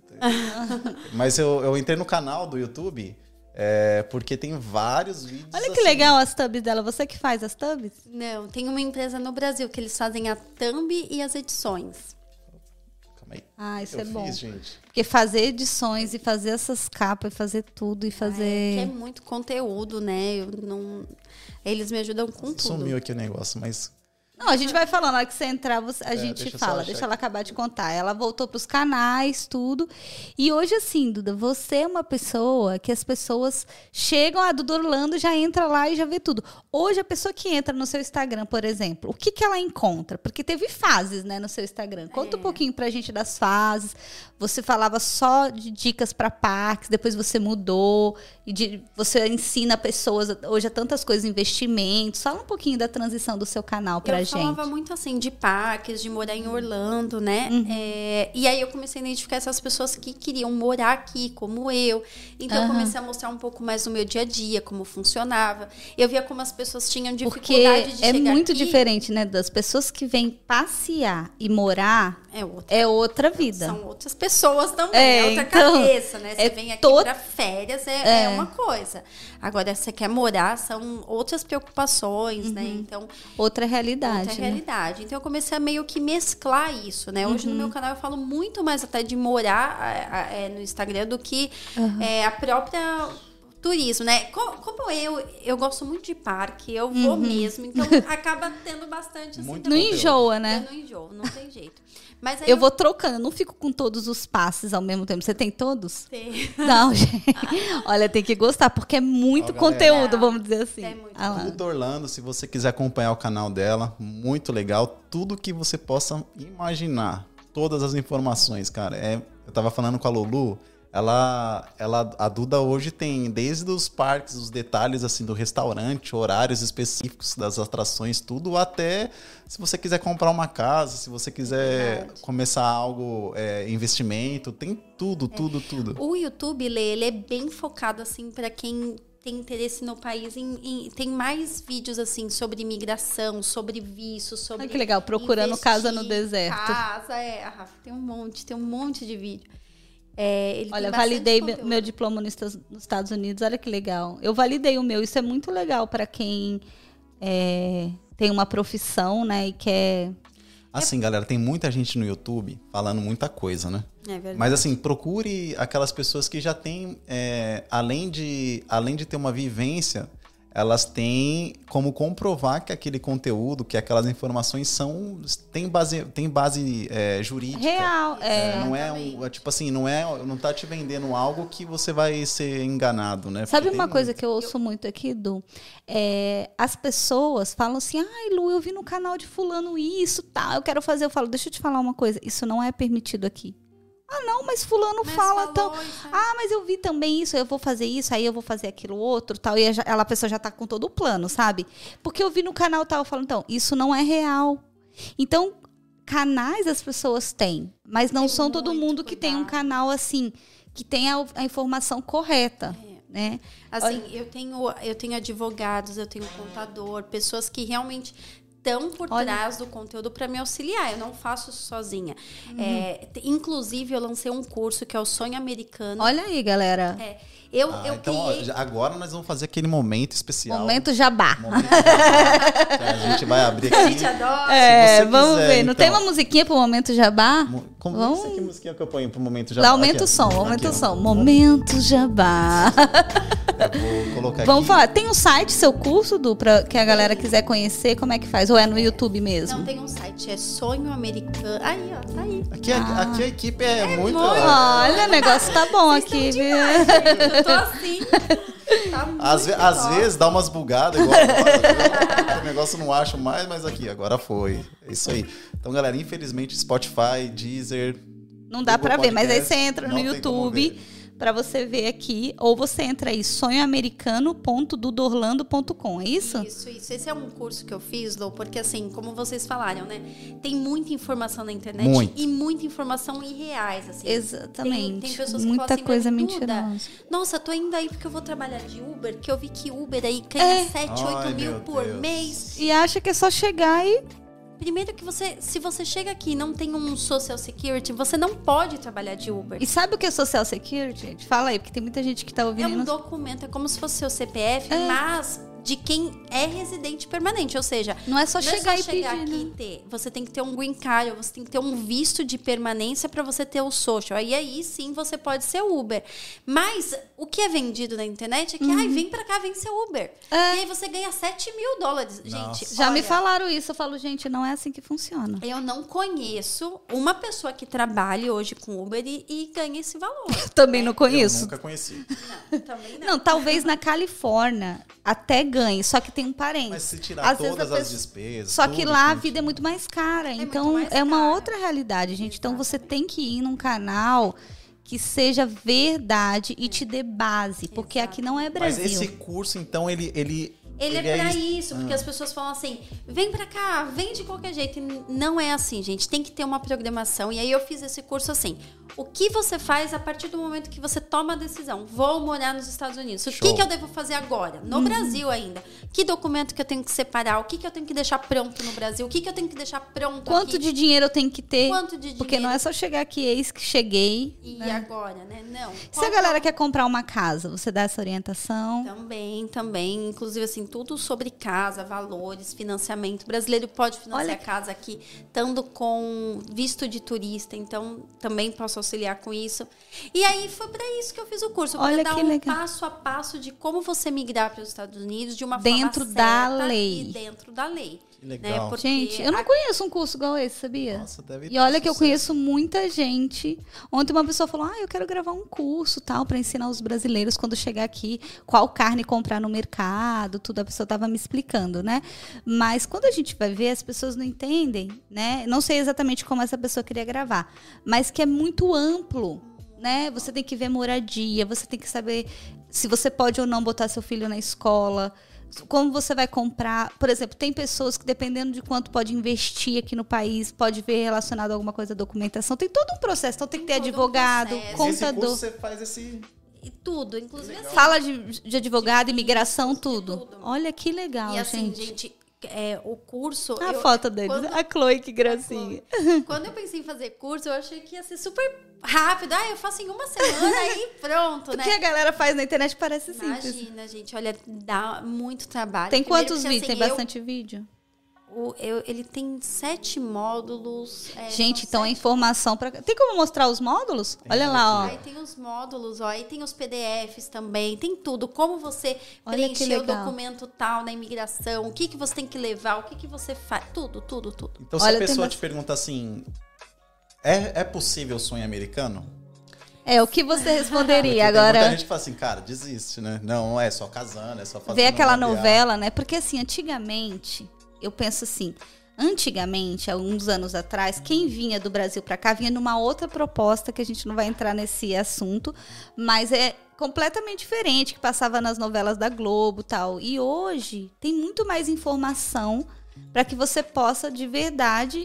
Mas eu, eu entrei no canal do YouTube é, porque tem vários vídeos. Olha que assim. legal as thumbs dela. Você que faz as thumbs? Não, tem uma empresa no Brasil que eles fazem a thumb e as edições. Calma aí. Ah, isso eu é bom. Fiz, gente. Porque fazer edições e fazer essas capas e fazer tudo e fazer... Ah, é, que é muito conteúdo, né? Eu não... Eles me ajudam com Sumiu tudo. Sumiu aqui o negócio, mas... Não, a gente vai falando, na hora que você entrar, você, a é, gente deixa fala, deixa ela acabar de contar. Ela voltou pros canais, tudo. E hoje, assim, Duda, você é uma pessoa que as pessoas chegam, a Duda Orlando já entra lá e já vê tudo. Hoje, a pessoa que entra no seu Instagram, por exemplo, o que, que ela encontra? Porque teve fases, né, no seu Instagram. Conta é. um pouquinho pra gente das fases. Você falava só de dicas para parques, depois você mudou, e de, você ensina pessoas, hoje, a tantas coisas, investimentos. Fala um pouquinho da transição do seu canal pra eu gente. Eu falava muito assim de parques, de morar em Orlando, né? Uhum. É, e aí eu comecei a identificar essas pessoas que queriam morar aqui, como eu. Então uhum. eu comecei a mostrar um pouco mais do meu dia a dia, como funcionava. Eu via como as pessoas tinham dificuldade Porque de é chegar muito aqui. Diferente, né? Das pessoas que vêm passear e morar, é outra, é outra vida. São outras pessoas também, é, é outra então, cabeça, né? Você é vem aqui to... para férias, é, é. é uma coisa. Agora, você quer morar, são outras preocupações, uhum. né? Então, outra realidade. Outra né? realidade. Então, eu comecei a meio que mesclar isso, né? Hoje, uhum. no meu canal, eu falo muito mais até de morar é, no Instagram do que uhum. é, a própria... turismo, né? Como eu, eu gosto muito de parque, eu vou uhum. mesmo, então acaba tendo bastante assim. Muito não enjoa, né? Eu não enjoo, não tem jeito. Mas aí eu, eu vou trocando, eu não fico com todos os passes ao mesmo tempo. Você tem todos? Tem. Não, gente. Olha, tem que gostar, porque é muito Ó, conteúdo, vamos dizer assim. É muito ah, Tudo Orlando, se você quiser acompanhar o canal dela, muito legal. Tudo que você possa imaginar, todas as informações, cara. É, eu tava falando com a Lulu. Ela, ela, a Duda hoje tem desde os parques, os detalhes assim do restaurante, horários específicos das atrações, tudo, até se você quiser comprar uma casa, se você quiser é começar algo, é, investimento, tem tudo, é. tudo, tudo. O YouTube, Lê, ele é bem focado assim para quem tem interesse no país, em, em, tem mais vídeos assim sobre imigração, sobre visto, sobre... Ai, que legal, procurando investir, casa no deserto. Casa, é, a Rafa, tem um monte, tem um monte de vídeo. É, ele olha, validei conteúdo. meu diploma nos Estados Unidos, olha que legal. Eu validei o meu, isso é muito legal para quem é, tem uma profissão, né, e quer... Assim, galera, tem muita gente no YouTube falando muita coisa, né? É verdade. Mas assim, procure aquelas pessoas que já têm, é, além de, além de ter uma vivência, elas têm como comprovar que aquele conteúdo, que aquelas informações são tem base, tem base é, jurídica. Real, é. é não é um, é, tipo assim, não é, não tá te vendendo algo que você vai ser enganado, né? Sabe Porque uma coisa muito... que eu ouço muito aqui, Du? É, as pessoas falam assim, ai, Lu, eu vi no canal de fulano isso, tá, eu quero fazer. Eu falo, deixa eu te falar uma coisa, isso não é permitido aqui. Ah, não, mas fulano mas fala tão... Ah, mas eu vi também isso, eu vou fazer isso, aí eu vou fazer aquilo outro, tal. E ela, a pessoa já tá com todo o plano, sabe? Porque eu vi no canal tal, eu falo, então, isso não é real. Então, canais as pessoas têm, mas não tem são todo mundo cuidado. Que tem um canal assim, que tem a, a informação correta. É. Né? Assim, eu tenho, eu tenho advogados, eu tenho contador, pessoas que realmente... estão por Olha. trás do conteúdo para me auxiliar. Eu não faço isso sozinha. Uhum. É, inclusive, eu lancei um curso que é o Sonho Americano. Olha aí, galera. É, Eu, Ah, eu então, criei... ó, agora nós vamos fazer aquele momento especial. Momento jabá. Momento jabá. Que a gente vai abrir aqui. A gente adora. É, Se você vamos quiser, ver. Não então. tem uma musiquinha pro Momento Jabá? Mo- Como Vamos. vamos... que musiquinha que eu ponho pro momento jabá? Lá aumenta Aqui, o som, ó. aumenta o Aqui, ó. som. Momento Jabá. Eu vou colocar Vamos aqui. falar. Tem um site, seu curso, Du, pra que a galera quiser conhecer, como é que faz? Ou é no YouTube mesmo? Não, tem um site, é Sonho Americano. Aí, ó, tá aí. Aqui, a- aqui a equipe é, muito... muito- Olha, o negócio tá bom aqui, viu? Gente, eu tô assim. Tá muito Às, ve- às top. vezes dá umas bugadas igual agora. O negócio não acho mais, mas aqui, agora foi. É isso aí. Então, galera, infelizmente, Spotify, Deezer... Não dá Google pra ver, mas aí Podcast, você entra no não tem como YouTube ver. pra você ver aqui, ou você entra aí, sonho americano ponto dudorlando ponto com, é isso? Isso, isso. Esse é um curso que eu fiz, Lô, porque assim, como vocês falaram, né? Tem muita informação na internet Muito. e muita informação irreais, assim. Exatamente. Tem, tem pessoas que Muita falam assim, coisa "Duda, mentirosa. Nossa, tô indo aí porque eu vou trabalhar de Uber, que eu vi que Uber aí ganha É. sete, Ai, oito mil meu por Deus. mês. E acha que é só chegar e... Primeiro que você, se você chega aqui e não tem um Social Security, você não pode trabalhar de Uber. E sabe o que é Social Security, gente? Fala aí, porque tem muita gente que tá ouvindo É e um não... documento, é como se fosse seu C P F, É. mas de quem é residente permanente. Ou seja, Não é só não chegar é e só chegar pedir, aqui né? e ter. Você tem que ter um green card, ou você tem que ter um visto de permanência para você ter o social. Aí aí sim você pode ser Uber. Mas o que é vendido na internet é que, ai, vem pra cá, vem ser Uber. Uhum. É. E aí você ganha sete mil dólares. Nossa. Gente, Já me olha, falaram isso, eu falo, gente, não é assim que funciona. eu não conheço uma pessoa que trabalhe hoje com Uber e, e ganhe esse valor. Também não Eu conheço. nunca conheci. Não, também não. Não, talvez na Califórnia até ganhe, só que tem um parente. Mas se tirar Às vezes todas a as pessoa- despesas... Só que tudo, lá a gente, vida é muito mais cara. muito então mais é uma cara. outra realidade, gente. Então você tem que ir num canal que seja verdade e te dê base. Porque aqui não é Mas Brasil. esse curso, então, ele... Ele, Ele, é pra is- isso, porque as pessoas falam assim, vem pra cá, vem de qualquer jeito. E não é assim, gente. Tem que ter uma programação. E aí eu fiz esse curso assim. O que você faz a partir do momento que você toma a decisão? Vou morar nos Estados Unidos. O Show. que, que eu devo fazer agora? No Brasil ainda. Que documento que eu tenho que separar? O que, que eu tenho que deixar pronto no Brasil? O que, que eu tenho que deixar pronto Quanto aqui? de dinheiro eu tenho que ter? Quanto de Porque não é dinheiro? só chegar aqui, eis que cheguei. E né? agora, né? Não. Se Qual a que é o- galera quer comprar uma casa, você dá essa orientação? Também, também. Inclusive, assim, tudo sobre casa, valores, financiamento. O brasileiro pode financiar Olha- a casa aqui, estando com visto de turista. Então, também posso auxiliar com isso. E aí, foi para isso que eu fiz o curso. Para Olha dar que um legal. passo a passo de como você migrar para os Estados Unidos de uma Dentro forma da certa lei. e dentro da lei. Que legal. Né? Porque Gente, eu não a- conheço um curso igual esse, sabia? Nossa, deve E ter olha que eu sucesso. conheço muita gente. Ontem uma pessoa falou: ah, eu quero gravar um curso tal para ensinar os brasileiros quando chegar aqui qual carne comprar no mercado, tudo. A pessoa estava me explicando, né? Mas quando a gente vai ver, as pessoas não entendem, né? Não sei exatamente como essa pessoa queria gravar, mas que é muito amplo, né? Você tem que ver moradia, você tem que saber se você pode ou não botar seu filho na escola. Como você vai comprar? Por exemplo, tem pessoas que, dependendo de quanto pode investir aqui no país, pode ver relacionado a alguma coisa, documentação. Tem todo um processo. Então, tem que ter Tem todo um advogado, processo. Mas esse contador. curso você faz esse... E tudo, inclusive assim. Fala de, de advogado, imigração, tudo. tudo. Olha que legal, E assim, gente. gente, é, o curso... A eu- foto deles. quando- A Chloe, que gracinha. Quando eu pensei em fazer curso, eu achei que ia ser super rápido. Ah, eu faço em uma semana e pronto, O né? que a galera faz na internet parece simples. Imagina, gente. Olha, dá muito trabalho. Tem Primeiro quantos porque, vídeos? Tem assim, eu- bastante vídeo? o- eu- ele tem sete módulos. é, Gente, são então a sete- informação para. Tem como mostrar os módulos? Tem Olha lá, Aí ó. tem os módulos, ó, aí tem os P D Fs também, tem tudo. Como você Olha que preencher o legal. documento tal na imigração, o que, que você tem que levar, o que, que você faz. Tudo, tudo, tudo. Então, se Olha, a tem pessoa bastante- te pergunta assim... É, é possível o sonho americano? É, o que você Porque responderia tem agora? muita gente que fala assim, cara, desiste, né? Não, é só casando, é só fazer... Ver aquela novela, né? Porque assim, antigamente, eu penso assim, antigamente, há uns anos atrás, quem vinha do Brasil para cá vinha numa outra proposta, que a gente não vai entrar nesse assunto, mas é completamente diferente, que passava nas novelas da Globo e tal. E hoje tem muito mais informação para que você possa de verdade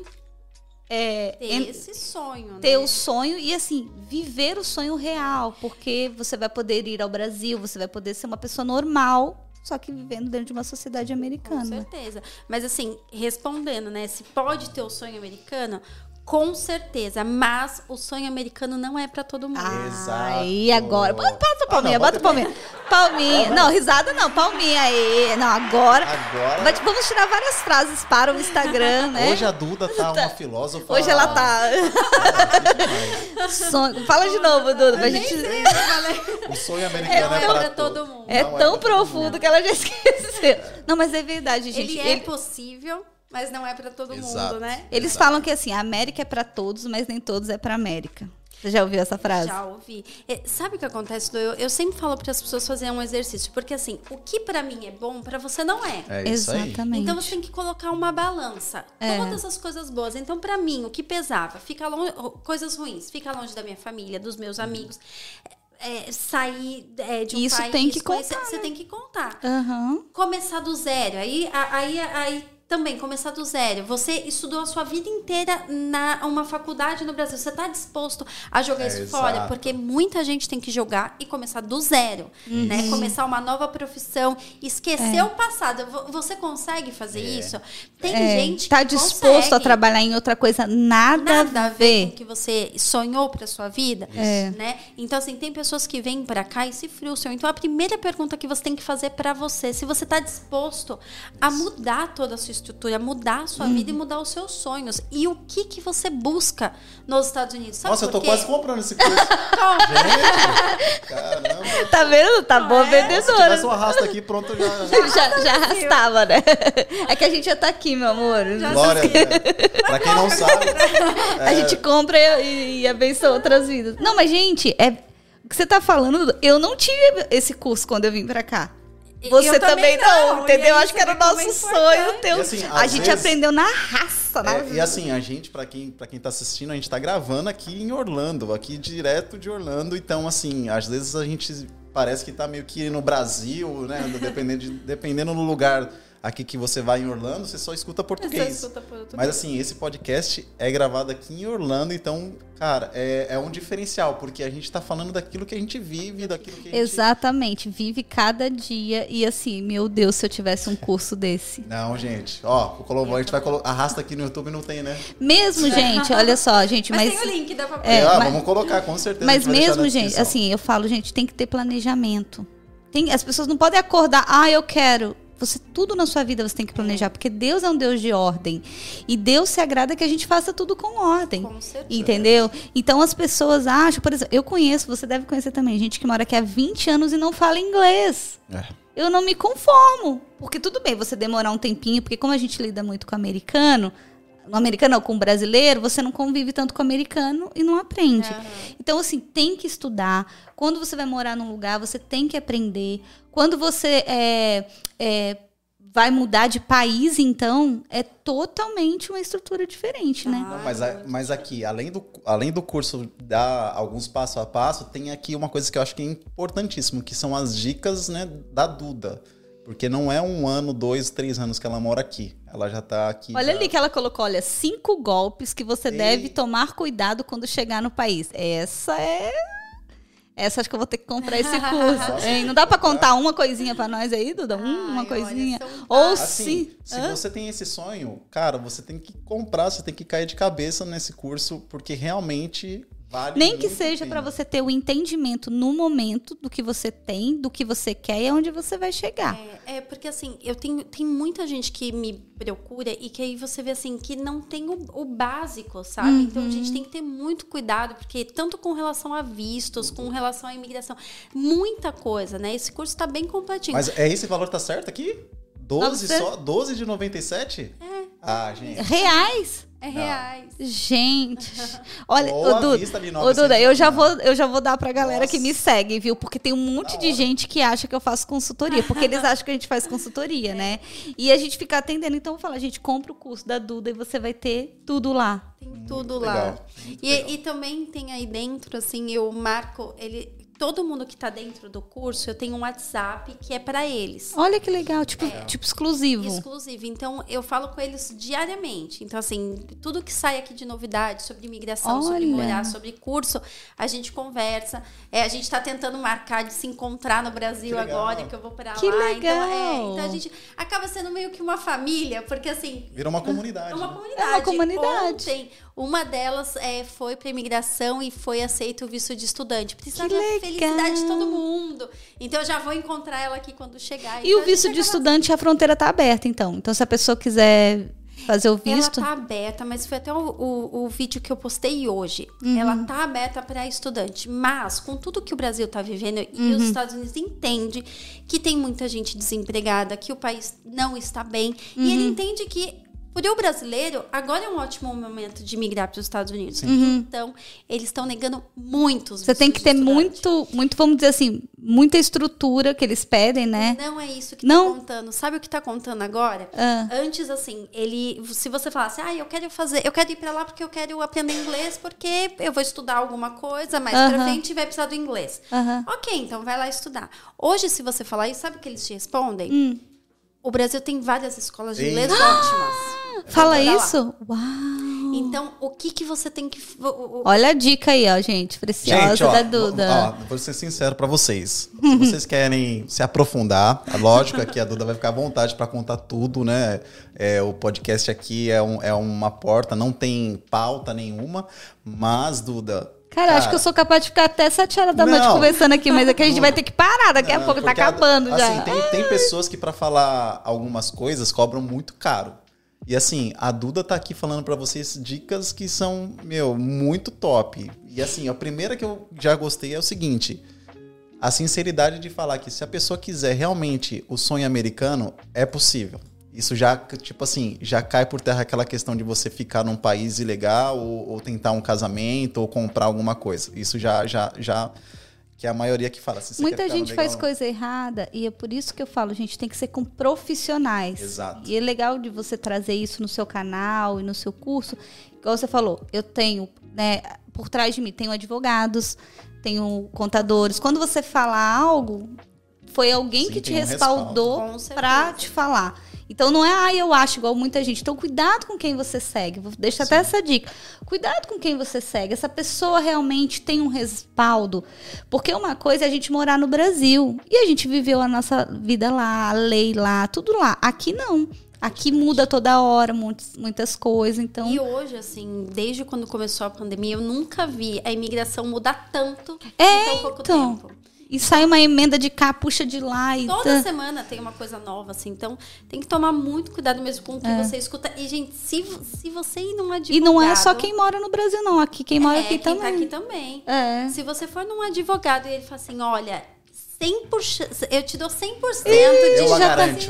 é, Ter en- esse sonho, ter né? o sonho e, assim, viver o sonho real. Porque você vai poder ir ao Brasil, você vai poder ser uma pessoa normal, só que vivendo dentro de uma sociedade Com americana. certeza. Mas assim, respondendo, né? Se pode ter o sonho americano, Com certeza, mas o sonho americano não é pra todo mundo. Exato. Aí agora. Bota, bota palminha, Ah, não, bota bota- palminha. Palminha. Não, risada não, palminha aí. Não, agora. Agora- Vai- Vamos tirar várias frases para o Instagram, né? Hoje a Duda tá uma filósofa. Hoje ela tá. demais. Sonho- Fala de novo, Duda, pra gente. O sonho É, americano não é, é para pra todo mundo. É Não, é tão pra todo profundo mundo. que ela já esqueceu. Não, mas é verdade, gente. Ele é Ele- possível, mas não é pra todo Exato. mundo, né? Eles Exato. falam que assim, a América é pra todos, mas nem todos é pra América. Você já ouviu essa frase? Já ouvi. É, sabe o que acontece, Lu? Eu, eu sempre falo para as pessoas fazerem um exercício, porque assim, o que pra mim é bom, pra você não é. É isso aí. Exatamente. Então você tem que colocar uma balança. É. Todas as coisas boas. Então, pra mim, o que pesava, fica longe, coisas ruins, fica longe da minha família, dos meus amigos. É, sair é, de um Isso país, tem que conhecer- contar, Você né? tem que contar. Aham. Começar do zero. Aí, a- aí, aí também, começar do zero. Você estudou a sua vida inteira na uma faculdade no Brasil. Você está disposto a jogar É, isso exato. fora? Porque muita gente tem que jogar e começar do zero. Né? Começar uma nova profissão. Esquecer o passado. Vo- Você consegue fazer É. isso? Tem É, gente tá que disposto a consegue. trabalhar em outra coisa, nada, Nada a ver. com o que você sonhou para sua vida, É. né? Então assim, tem pessoas que vêm para cá e se frustram. Então a primeira pergunta que você tem que fazer para você, se você está disposto a mudar toda a sua estrutura, mudar a sua vida e mudar os seus sonhos. E o que que você busca nos Estados Unidos? Sabe Nossa, eu por tô quê? quase comprando esse curso. Gente, caramba. Tá vendo? Tá boa Se vendedora. tivesse um arrasto aqui, pronto, eu já... Já, já arrastava, né? É que a gente já tá aqui, meu amor. Glória, né? Pra quem não sabe... A gente compra e, e abençoa outras vidas. Não, mas, gente, é, o que você tá falando, Dudu, eu não tive esse curso quando eu vim pra cá. Você Eu também também não, não, entendeu? e aí Acho que era o você vê como nosso é sonho. importante. Teu. E assim, a às gente vezes- aprendeu na raça, na É, e assim, a gente, pra quem, pra quem tá assistindo, a gente tá gravando aqui em Orlando, aqui direto de Orlando. Então, assim, às vezes a gente parece que tá meio que no Brasil, né? Dependendo, de, dependendo do lugar aqui que você vai em Orlando, você só escuta português. Você escuta português. Mas assim, esse podcast é gravado aqui em Orlando, então, cara, é, é um diferencial, porque a gente tá falando daquilo que a gente vive, daquilo que a gente... Exatamente, vive cada dia. E assim, meu Deus, se eu tivesse um curso desse. Não, gente, ó, o Colombo, a gente vai colocar, arrasta aqui no YouTube, não tem, né? Mesmo, gente, olha só, gente, Mas, mas. tem o link, dá pra É, ah, mas- vamos colocar, com certeza. a Mas gente vai deixar mesmo, na gente, descrição. assim, eu falo, gente, tem que ter planejamento. Tem, as pessoas não podem acordar, ah, eu quero. Você, tudo na sua vida você tem que planejar, porque Deus é um Deus de ordem. E Deus se agrada que a gente faça tudo com ordem. Com certeza. Entendeu? Então as pessoas acham, por exemplo, eu conheço, você deve conhecer também, gente que mora aqui há vinte anos e não fala inglês. É. Eu não me conformo. Porque tudo bem você demorar um tempinho, porque como a gente lida muito com o americano, no americano não, com o brasileiro, você não convive tanto com o americano e não aprende. Aham. Então, assim, tem que estudar. Quando você vai morar num lugar, você tem que aprender. Quando você é, é, vai mudar de país, então, é totalmente uma estrutura diferente, né? Não, mas, a- mas aqui, além do, além do curso dar alguns passo a passo, tem aqui uma coisa que eu acho que é importantíssimo, que são as dicas, né, da Duda. Porque não é um ano, dois, três anos que ela mora aqui. Ela já tá aqui. Olha já... ali que ela colocou, olha, cinco golpes que você Ei. deve tomar cuidado quando chegar no país. Essa é... Essa acho que eu vou ter que comprar esse curso. Nossa, hein? Não dá pra contar uma coisinha pra nós aí, Duda? Um, Ai, uma olha, coisinha. são Ou Assim, se... se Hã? você tem esse sonho, cara, você tem que comprar, você tem que cair de cabeça nesse curso, porque realmente vale Nem que muito seja a pra pena. você ter o entendimento no momento do que você tem, do que você quer e aonde você vai chegar. É, é, porque assim, eu tenho tem muita gente que me procura e que aí você vê assim que não tem o, o básico, sabe? Uhum. Então a gente tem que ter muito cuidado, porque tanto com relação a vistos, com relação à imigração, muita coisa, né? Esse curso tá bem completinho. Mas é esse valor tá certo aqui? doze Você- só? doze de noventa e sete? É. Ah, gente. Reais? É reais. Gente, olha, Ou ô, à Duda, vista de ô, Duda, eu já vou, novecentos. eu já vou dar pra galera Nossa. que me segue, viu? Porque tem um monte Da de hora. gente que acha que eu faço consultoria, porque eles acham que a gente faz consultoria, né? E a gente fica atendendo, então eu falo, gente, compra o curso da Duda e você vai ter tudo lá. Tem tudo legal, lá. muito legal. E, e também tem aí dentro, assim, eu marco, ele todo mundo que está dentro do curso, eu tenho um WhatsApp que é para eles. Olha que legal, tipo, é, tipo exclusivo. Exclusivo. Então, eu falo com eles diariamente. Então, assim, tudo que sai aqui de novidade sobre imigração, Olha. sobre morar, sobre curso, a gente conversa. É, a gente está tentando marcar de se encontrar no Brasil que agora, que eu vou para lá. Que legal! Então, é, então, a gente acaba sendo meio que uma família, porque, assim... Vira uma comunidade. É uma né? comunidade. É uma comunidade. Ontem, uma delas é, foi para imigração e foi aceito o visto de estudante. Precisa que da legal. felicidade de todo mundo. Então, eu já vou encontrar ela aqui quando chegar. E então, o visto de estudante, a fronteira está aberta, então. Então, se a pessoa quiser fazer o visto... Ela está aberta, mas foi até o, o, o vídeo que eu postei hoje. Uhum. Ela está aberta para estudante. Mas, com tudo que o Brasil está vivendo, e uhum. os Estados Unidos entendem que tem muita gente desempregada, que o país não está bem. Uhum. E ele entende que... Para o brasileiro, agora é um ótimo momento de migrar para os Estados Unidos. Uhum. Então, eles estão negando muitos. Você tem que ter muito, muito, vamos dizer assim, muita estrutura que eles pedem, né? Não é isso que está contando. Sabe o que está contando agora? Ah. Antes, assim, ele, se você falasse, ah, eu quero fazer, eu quero ir para lá porque eu quero aprender inglês, porque eu vou estudar alguma coisa, mais uh-huh. para frente vai precisar do inglês. Uh-huh. Ok, então vai lá estudar. Hoje, se você falar isso, sabe o que eles te respondem? Hum. O Brasil tem várias escolas de inglês ah! ótimas. Fala isso? Uau! Então, o que que você tem que... Olha a dica aí, ó, gente. Preciosa gente, ó, da Duda. Ó, vou ser sincero pra vocês. Se vocês querem se aprofundar, a lógica que a Duda vai ficar à vontade pra contar tudo, né? É, o podcast aqui é, um, é uma porta, não tem pauta nenhuma. Mas, Duda... Cara, Cara, acho que eu sou capaz de ficar até sete horas da não, noite conversando aqui, mas é que a gente não, vai ter que parar, daqui não, a pouco tá acabando a, já. Assim, tem, tem pessoas que pra falar algumas coisas cobram muito caro. E assim, a Duda tá aqui falando pra vocês dicas que são, meu, muito top. E assim, a primeira que eu já gostei é o seguinte, a sinceridade de falar que se a pessoa quiser realmente o sonho americano, é possível. Isso já, tipo assim, já cai por terra aquela questão de você ficar num país ilegal ou, ou tentar um casamento ou comprar alguma coisa. Isso já, já, já que é a maioria que fala. Se você Muita quer gente legal, faz não. coisa errada e é por isso que eu falo, gente, tem que ser com profissionais. Exato. E é legal de você trazer isso no seu canal e no seu curso. Igual você falou, eu tenho, né, por trás de mim, tenho advogados, tenho contadores. Quando você fala algo, foi alguém Sim, que te um respaldou para te falar. Então não é, ah, eu acho, igual muita gente. Então cuidado com quem você segue. Vou deixar até essa dica. Cuidado com quem você segue. Essa pessoa realmente tem um respaldo. Porque uma coisa é a gente morar no Brasil. E a gente viveu a nossa vida lá, a lei lá, tudo lá. Aqui não. Aqui muda toda hora, muitas, muitas coisas, então... E hoje, assim, desde quando começou a pandemia, eu nunca vi a imigração mudar tanto é, em tão pouco então... tempo. E sai uma emenda de cá, puxa de lá. E Toda tá... semana tem uma coisa nova, assim. Então, tem que tomar muito cuidado mesmo com o que é. você escuta. E, gente, se, se você ir num advogado... E não é só quem mora no Brasil, não. Aqui, quem mora é, aqui quem também. Tá aqui também. É. Se você for num advogado e ele fala assim, olha, cem por cento, eu te dou cem por cento Ih, de... Eu já garanto.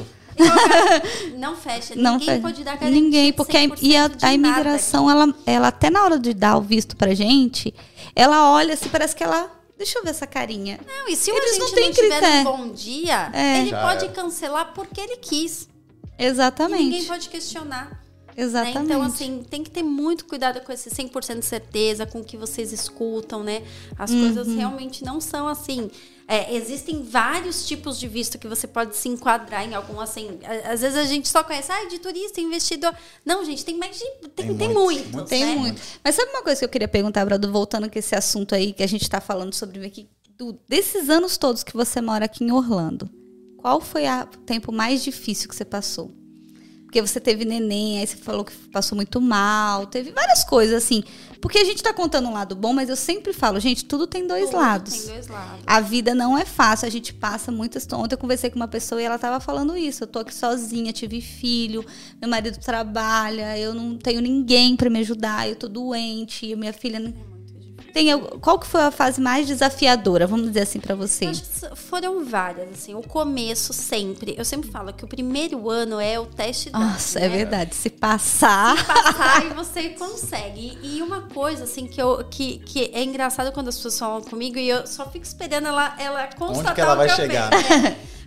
Não fecha. Não Ninguém fecha. pode dar garantia. Ninguém, porque a, e a, a imigração, ela, ela até na hora de dar o visto pra gente, ela olha assim, parece que ela... Deixa eu ver essa carinha. Não, e se o Eles agente não, não, tem tiver critério. um bom dia, é. ele Já pode é. cancelar porque ele quis. Exatamente. E ninguém pode questionar. Exatamente. Né? Então, assim, tem que ter muito cuidado com esse cem por cento de certeza, com o que vocês escutam, né? As uhum. coisas realmente não são assim. É, existem vários tipos de visto que você pode se enquadrar em algum, assim... Às vezes a gente só conhece, ah, de turista, investidor. Não, gente, tem mais de... Tem, tem, tem muito, muito Tem né? muito. Mas sabe uma coisa que eu queria perguntar, Brado, voltando com esse assunto aí que a gente tá falando sobre aqui, do, desses anos todos que você mora aqui em Orlando, qual foi o tempo mais difícil que você passou? Porque você teve neném, aí você falou que passou muito mal, teve várias coisas, assim. Porque a gente tá contando um lado bom, mas eu sempre falo, gente, tudo tem dois tudo lados. Tem dois lados. A vida não é fácil, a gente passa muitas... Ontem eu conversei com uma pessoa e ela tava falando isso. Eu tô aqui sozinha, tive filho, meu marido trabalha, eu não tenho ninguém para me ajudar, eu tô doente, minha filha... Não... Tem, qual que foi a fase mais desafiadora, vamos dizer assim, para você? Eu acho que foram várias, assim. O começo, sempre. Eu sempre falo que o primeiro ano é o teste da Nossa, né? é verdade. Se passar... Se passar e você consegue. E uma coisa, assim, que, eu, que, que é engraçado quando as pessoas falam comigo e eu só fico esperando ela, ela constatar Onde que ela vai o que chegar? Eu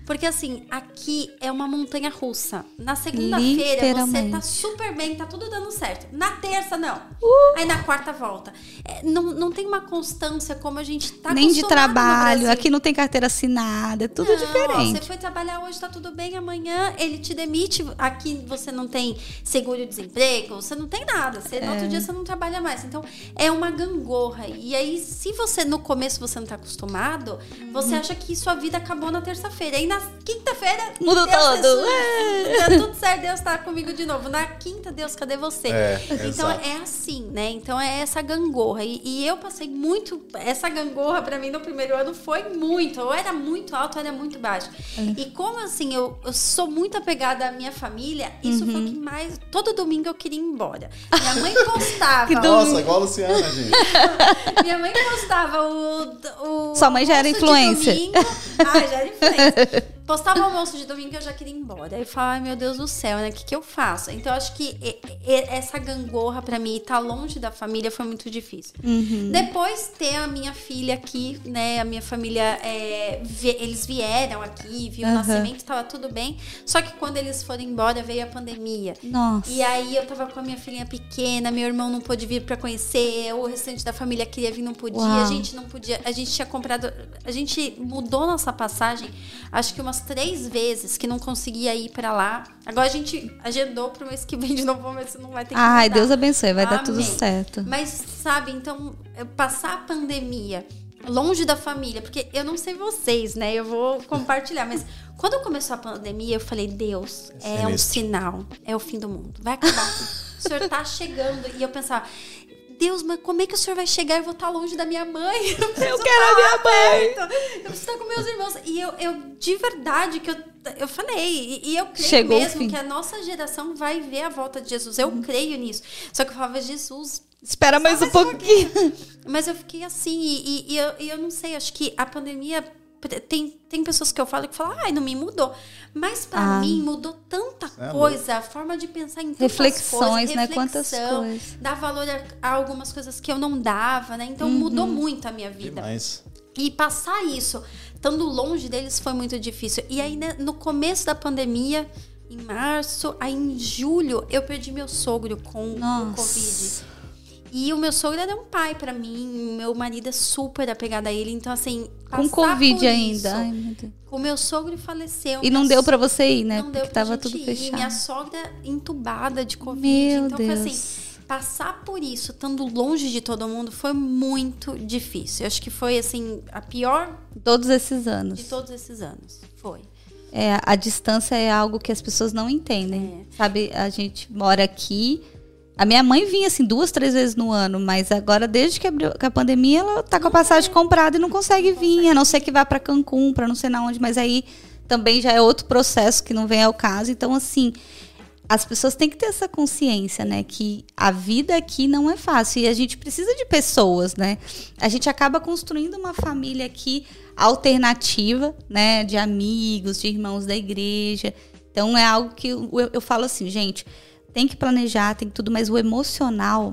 Porque assim, aqui é uma montanha russa. Na segunda-feira você tá super bem, tá tudo dando certo. Na terça, não. Uh. Aí na quarta volta. É, não, não tem uma constância como a gente tá nem de trabalho, aqui não tem carteira assinada, é tudo não, diferente. Você foi trabalhar hoje, tá tudo bem, amanhã ele te demite. Aqui você não tem seguro-desemprego, você não tem nada. Você, é. No outro dia você não trabalha mais. Então, é uma gangorra. E aí, se você, no começo, você não tá acostumado, uhum. você acha que sua vida acabou na terça-feira. Aí na quinta-feira, mudou tudo. É. Tá tudo certo, Deus tá comigo de novo. Na quinta, Deus, cadê você? É, então, exato. é assim, né? Então, é essa gangorra. E, e eu passei muito... Essa gangorra, pra mim, no primeiro ano, foi muito. Ou era muito alto, ou era muito baixo. Uhum. E como, assim, eu, eu sou muito apegada à minha família, isso uhum. foi o que mais... Todo domingo eu queria ir embora. Minha mãe postava... Nossa, igual a Luciana, gente. Minha mãe postava o... o Sua mãe já era influencer. Ah, já era influencer. Postava o almoço de domingo e eu já queria ir embora. Aí eu falava, ai meu Deus do céu, né? O que, que eu faço? Então, eu acho que essa gangorra pra mim, estar longe da família foi muito difícil. Uhum. Depois, ter a minha filha aqui, né? A minha família, é, eles vieram aqui, viu uhum. o nascimento, tava tudo bem. Só que quando eles foram embora, veio a pandemia. Nossa. E aí, eu tava com a minha filhinha pequena, meu irmão não pôde vir pra conhecer, o restante da família queria vir, não podia. Uau. A gente não podia, a gente tinha comprado, a gente mudou nossa passagem, acho que umas três vezes que não conseguia ir pra lá. Agora a gente agendou pro mês que vem de novo, mas não vai ter que Ai, mudar. Deus abençoe, vai Amém. dar tudo certo. Mas, sabe, então, passar a pandemia longe da família, porque eu não sei vocês, né? Eu vou compartilhar, mas quando começou a pandemia, eu falei, Deus, é, é um sinal, é o fim do mundo. Vai acabar. O Senhor tá chegando. E eu pensava, Deus, mas como é que o Senhor vai chegar? Eu vou estar longe da minha mãe. Eu, eu quero a minha mãe. Eu preciso estar com meus irmãos. E eu, eu de verdade, que eu, eu falei, e, e eu creio Chegou mesmo que a nossa geração vai ver a volta de Jesus. Eu uhum. creio nisso. Só que eu falava, Jesus, espera mais, mais um pouquinho. Um pouquinho. Mas eu fiquei assim, e, e, e, eu, e eu não sei, acho que a pandemia... Tem, tem pessoas que eu falo que falam, ai, não me mudou. Mas pra ah. mim mudou tanta é, coisa, a forma de pensar em tantas reflexões, coisas. Né? Quantas coisas. Dar valor a, a algumas coisas que eu não dava, né? Então uhum. mudou muito a minha vida. Demais. E passar isso, estando longe deles, foi muito difícil. E aí, né, no começo da pandemia, em março, aí em julho, eu perdi meu sogro com o Covid. E o meu sogro era um pai pra mim, meu marido é super apegado a ele, então assim... Com Covid ainda. Isso, ai, meu Deus. O meu sogro faleceu. E não deu pra você ir, né? Não Porque deu pra tava gente tudo ir. fechado. Minha sogra entubada de Covid. Meu então Deus. foi assim, passar por isso, estando longe de todo mundo, foi muito difícil. Eu acho que foi assim, a pior... Todos esses anos. De todos esses anos, foi. É, a distância é algo que as pessoas não entendem. É. Sabe, a gente mora aqui... A minha mãe vinha, assim, duas, três vezes no ano, mas agora, desde que abriu a pandemia, ela tá com a passagem comprada e não consegue não vir, consegue. A não ser que vá para Cancún, para não sei na onde, mas aí também já é outro processo que não vem ao caso. Então, assim, as pessoas têm que ter essa consciência, né, que a vida aqui não é fácil e a gente precisa de pessoas, né? A gente acaba construindo uma família aqui alternativa, né, de amigos, de irmãos da igreja. Então, é algo que eu, eu falo assim, gente... Tem que planejar, tem tudo, mas o emocional,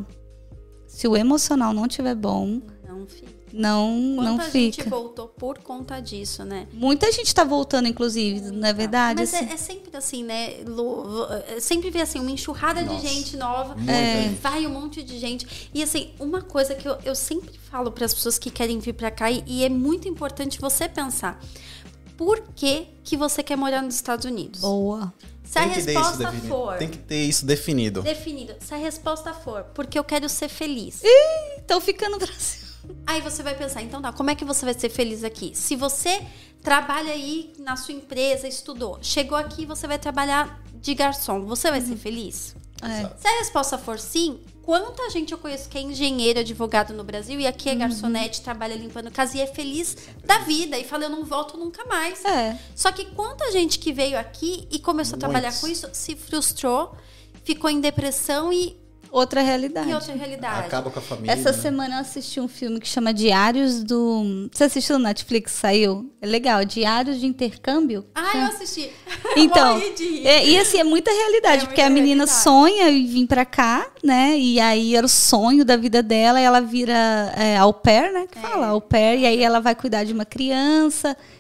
se o emocional não estiver bom, não fica. Não, Quanta não fica. fica. gente voltou por conta disso, né? Muita gente tá voltando, inclusive, Muita. não é verdade? Mas assim? é, é sempre assim, né, Lu? Sempre vê assim, uma enxurrada Nossa. de gente nova. É. Vai um monte de gente. E assim, uma coisa que eu, eu sempre falo para as pessoas que querem vir para cá, e, e é muito importante você pensar. Por que, que você quer morar nos Estados Unidos? Boa. Se a resposta for... Tem que ter isso definido. Definido. Se a resposta for, porque eu quero ser feliz. Ih, tô ficando no Brasil. Aí você vai pensar, então tá, como é que você vai ser feliz aqui? Se você trabalha aí na sua empresa, estudou, chegou aqui, você vai trabalhar de garçom, você vai uhum. ser feliz? É. Se a resposta for sim, quanta gente eu conheço que é engenheiro, advogado no Brasil e aqui é garçonete, uhum. trabalha limpando casa e é feliz da vida e fala, eu não volto nunca mais. É. Só que quanta gente que veio aqui e começou Muitos. a trabalhar com isso, se frustrou, ficou em depressão e... Outra realidade. E outra realidade. Acaba com a família. Essa né? semana eu assisti um filme que chama Diários do... Você assistiu no Netflix? Saiu? É legal. Diários de Intercâmbio. Ah, eu assisti. Então, eu de rir. É, e assim, é muita realidade. É porque muita a menina realidade. sonha em vir pra cá, né? E aí era o sonho da vida dela. E ela vira é, au pair, né? Que é. fala au pair. E aí ela vai cuidar de uma criança...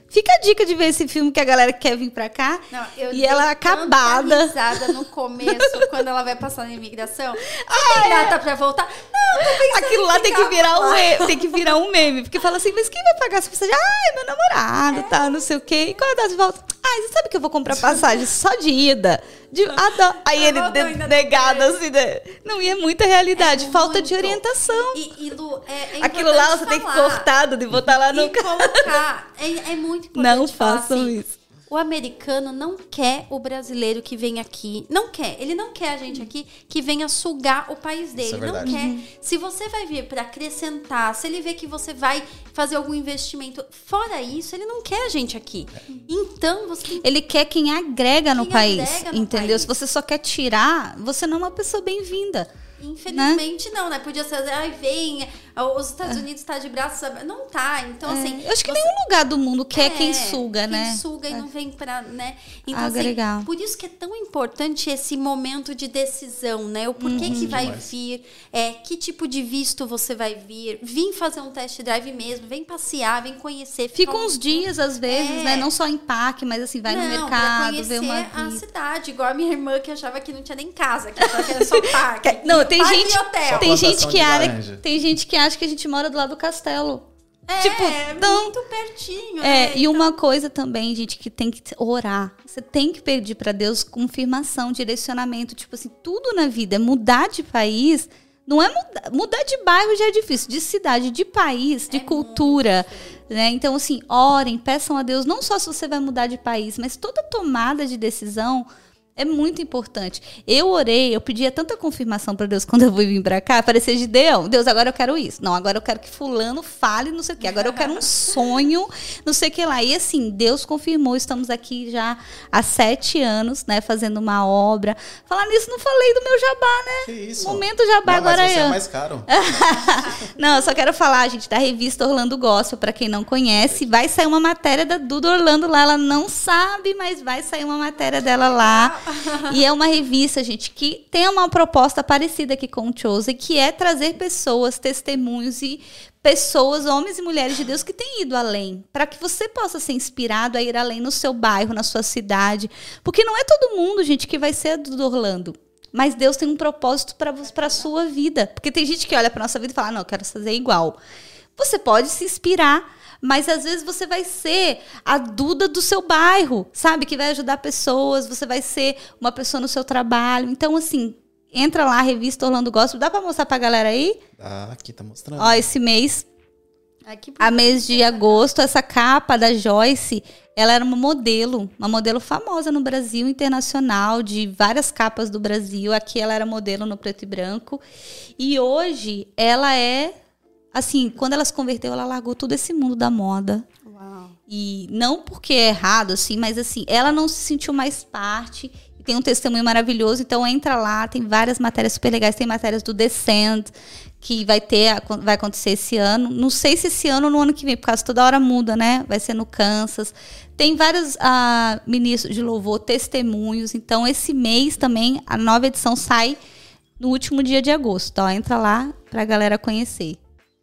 Fica a dica de ver esse filme que a galera quer vir pra cá. Não, eu e ela acabada. Risada no começo, quando ela vai passar na imigração. Você tem data pra voltar? Não, tô pensando Aquilo lá em tem que ficar virar um lá. meme, tem que virar um meme. Porque fala assim, mas quem vai pagar essa passagem? Ai, meu namorado, é. tá, não sei o quê. E qual é a data de volta? Ai, você sabe que eu vou comprar passagem só de ida? De, ah, não. Aí ele de, negado assim, né? Não, e é muita realidade, é falta muito. de orientação. E, e Lu, é, é aquilo lá você falar. tem que cortar de botar lá no... E colocar, é, é muito importante. Não façam assim, isso. O americano não quer o brasileiro que vem aqui. Não quer. Ele não quer a gente aqui que venha sugar o país dele. É não quer. Uhum. Se você vai vir para acrescentar, se ele vê que você vai fazer algum investimento, fora isso, ele não quer a gente aqui. Então, você tem... Ele quer quem agrega quem no país, agrega no entendeu? país. Se você só quer tirar, você não é uma pessoa bem-vinda. Infelizmente, né? não, né? Podia ser, ai, vem, os Estados Unidos tá de braços abertos. Não tá. Então, é. assim. Eu acho que você... nenhum lugar do mundo quer é, quem suga, quem né? Quem suga é. e não vem pra, né? Então, Agregar. assim, por isso que é tão importante esse momento de decisão, né? O porquê uhum. que vai Demais. vir, é, que tipo de visto você vai vir, vim fazer um test drive mesmo, vem passear, vem conhecer. Fica uns um... dias, às vezes, é. né? Não só em parque, mas assim, vai não, no mercado, ver uma a vida. cidade, igual a minha irmã que achava que não tinha nem casa, que achava que era só parque. Não, tem parque gente, e hotel. tem gente que acha, tem gente que acha que a gente mora do lado do castelo. É, tipo, não, muito pertinho. É, né? e então... uma coisa também, gente, que tem que orar. Você tem que pedir para Deus confirmação, direcionamento. Tipo assim, tudo na vida, mudar de país, não é mudar, mudar de bairro já é difícil, de cidade, de país, de é cultura, né? Então assim, orem, peçam a Deus, não só se você vai mudar de país, mas toda tomada de decisão é muito importante. Eu orei, eu pedia tanta confirmação para Deus quando eu fui vir para cá, parecia Gideão. Deus, agora eu quero isso. Não, agora eu quero que fulano fale não sei o quê. Agora eu quero um sonho, não sei o que lá. E assim, Deus confirmou, estamos aqui já há sete anos, né, fazendo uma obra. Falar nisso, não falei do meu jabá, né? Que isso? Momento jabá não, agora mas você é. é mais caro. Não, eu só quero falar, gente, da revista Orlando Gospel, para quem não conhece. Vai sair uma matéria da Duda Orlando lá. Ela não sabe, mas vai sair uma matéria dela lá. E é uma revista, gente, que tem uma proposta parecida aqui com o Chosen, que é trazer pessoas, testemunhos e pessoas, homens e mulheres de Deus que têm ido além, para que você possa ser inspirado a ir além no seu bairro, na sua cidade. Porque não é todo mundo, gente, que vai ser do Orlando. Mas Deus tem um propósito para a sua vida. Porque tem gente que olha para nossa vida e fala, ah, não, eu quero fazer igual. Você pode se inspirar, mas às vezes você vai ser a Duda do seu bairro, sabe? Que vai ajudar pessoas, você vai ser uma pessoa no seu trabalho. Então, assim, entra lá, revista Orlando Gospel. Dá pra mostrar pra galera aí? Ah, aqui tá mostrando. Ó, esse mês, Ai, que a mês de agosto, essa capa da Joyce, ela era uma modelo, uma modelo famosa no Brasil, internacional, de várias capas do Brasil. Aqui ela era modelo no preto e branco. E hoje ela é... Assim, quando ela se converteu, ela largou todo esse mundo da moda. Uau. E não porque é errado, assim, mas assim, ela não se sentiu mais parte. E tem um testemunho maravilhoso, então entra lá, tem várias matérias super legais. Tem matérias do Descent, que vai ter, vai acontecer esse ano. Não sei se esse ano ou no ano que vem, por causa que toda hora muda, né? Vai ser no Kansas. Tem vários ah, ministros de louvor, testemunhos. Então, esse mês também, a nova edição sai no último dia de agosto. Ó, entra lá pra galera conhecer.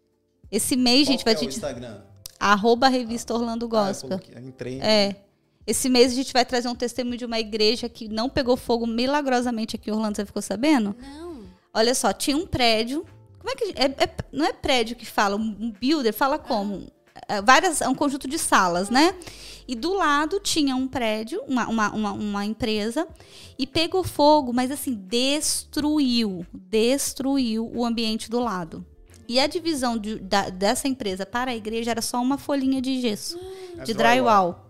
Esse mês, Qual gente, vai é te... o Instagram? Arroba Revista Orlando Gospel. Ah, eu entrei. É. Esse mês a gente vai trazer um testemunho de uma igreja que não pegou fogo milagrosamente aqui em Orlando. Você ficou sabendo? Não. Olha só, tinha um prédio. Como é que... É, é, não é prédio que fala, um builder fala como? É, várias, é um conjunto de salas, né? E do lado tinha um prédio, uma, uma, uma, uma empresa, e pegou fogo, mas assim, destruiu, destruiu o ambiente do lado. E a divisão de, da, dessa empresa para a igreja era só uma folhinha de gesso, hum. de drywall.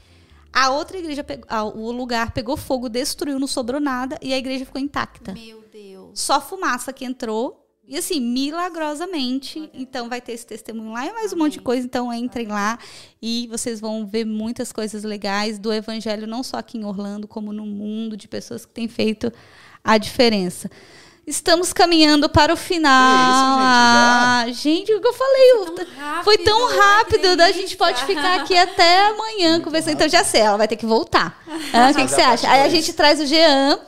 A outra igreja, pegou, a, o lugar pegou fogo, destruiu, não sobrou nada, e a igreja ficou intacta. Meu Deus. Só fumaça que entrou, e assim, milagrosamente. Então vai ter esse testemunho lá e mais um monte de coisa. Então entrem lá e vocês vão ver muitas coisas legais do evangelho, não só aqui em Orlando, como no mundo, de pessoas que têm feito a diferença. Estamos caminhando para o final. Que isso, gente, gente, o que eu falei? Tão rápido, foi tão rápido, a gente pode delícia. ficar aqui até amanhã conversando. Então já sei, ela vai ter que voltar. Ah, o que, que você acha? Aí a gente traz o Jean,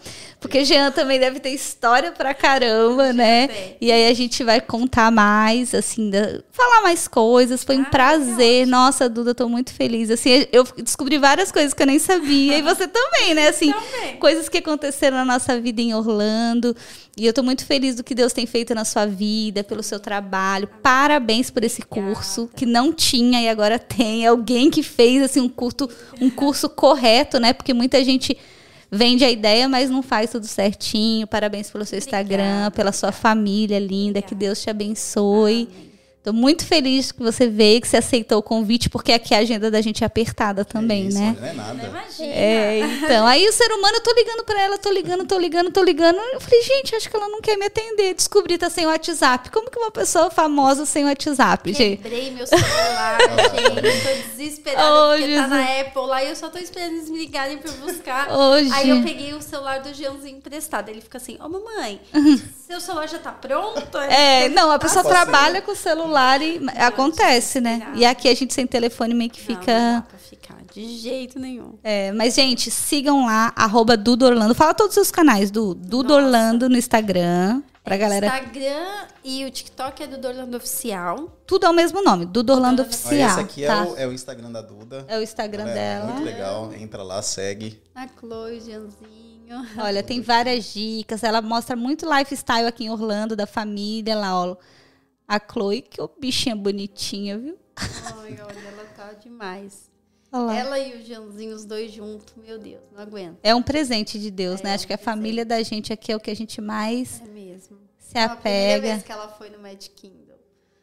Porque Jean também deve ter história pra caramba, né? É. E aí a gente vai contar mais, assim, da, falar mais coisas. Foi um ah, prazer. É Nossa, Duda, tô muito feliz. Assim, eu descobri várias coisas que eu nem sabia. E você também, né? Assim, também. Coisas que aconteceram na nossa vida em Orlando. E eu tô muito feliz do que Deus tem feito na sua vida, pelo seu trabalho. Parabéns por esse curso, Obrigada. Que não tinha e agora tem. Alguém que fez, assim, um curso, um curso correto, né? Porque muita gente vende a ideia, mas não faz tudo certinho. Parabéns pelo seu Instagram, Obrigada. Pela sua família linda. Obrigada. Que Deus te abençoe. Amém. Tô muito feliz que você veio, que você aceitou o convite, porque aqui a agenda da gente é apertada também, é isso, né? Não é nada. Não imagina. É, então, aí o ser humano, eu tô ligando pra ela, tô ligando, tô ligando, tô ligando. Eu falei, gente, acho que ela não quer me atender. Descobri, tá sem WhatsApp. Como que uma pessoa famosa sem WhatsApp, gente? Quebrei meu celular, gente. Eu tô desesperada, oh, porque Jesus. Tá na Apple lá e eu só tô esperando eles me ligarem pra eu buscar. Hoje. Aí eu peguei o celular do Jeanzinho emprestado. Ele fica assim, ô, oh, mamãe, seu celular já tá pronto? É, não, a pessoa trabalha com o celular e não, acontece, né? E aqui a gente sem telefone meio que fica... Não, não dá pra ficar, de jeito nenhum. É, mas, gente, sigam lá, arroba Duda Orlando. Fala todos os seus canais, Du. Duda Orlando no Instagram. Pra é, galera... Instagram e o TikTok é Duda Orlando Oficial. Tudo é o mesmo nome, Duda Orlando Oficial. Esse aqui tá? é, o, é o Instagram da Duda. É o Instagram é, dela. Muito legal, entra lá, segue. A Chloe, Jeanzinho. Olha, tem várias dicas. Ela mostra muito lifestyle aqui em Orlando, da família lá, ó. A Chloe, que ô bichinha bonitinha, viu? Ai, olha, ela tá demais. Olá. Ela e o Jeanzinho, os dois juntos, meu Deus, não aguento. É um presente de Deus, é, né? Acho que a família da gente aqui é o que a gente mais é mesmo. se apega. É a primeira vez que ela foi no Magic Kingdom.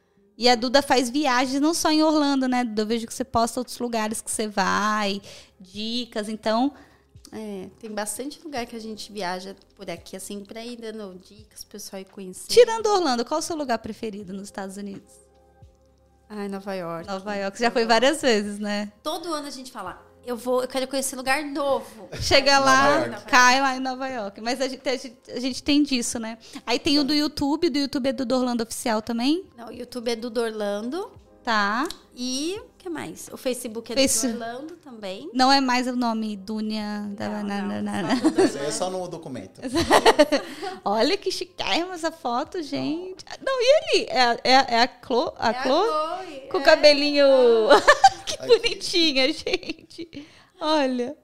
E a Duda faz viagens não só em Orlando, né, Duda? Eu vejo que você posta outros lugares que você vai, dicas, então... É, tem bastante lugar que a gente viaja por aqui, assim, pra ir dando dicas, o pessoal ir conhecer. Tirando Orlando, qual é o seu lugar preferido nos Estados Unidos? Ai, Nova York. Nova York, você já foi várias vezes, né? Todo ano a gente fala, eu vou, eu quero conhecer lugar novo. Chega lá, cai lá em Nova York. Mas a gente, a, gente, a gente tem disso, né? Aí tem o do YouTube, do YouTube é do Orlando Oficial também? Não, o YouTube é do Orlando. Tá. E o que mais? O Facebook é Face... do Orlando também. Não é mais o nome Dunia da não, banana. Não, é só no documento. Olha que chiquérrima essa foto, gente. Não, e ali? É, é, é a Chloe? A é Chloe? A Chloe. Com o é. cabelinho... que aqui. Bonitinha, gente. Olha.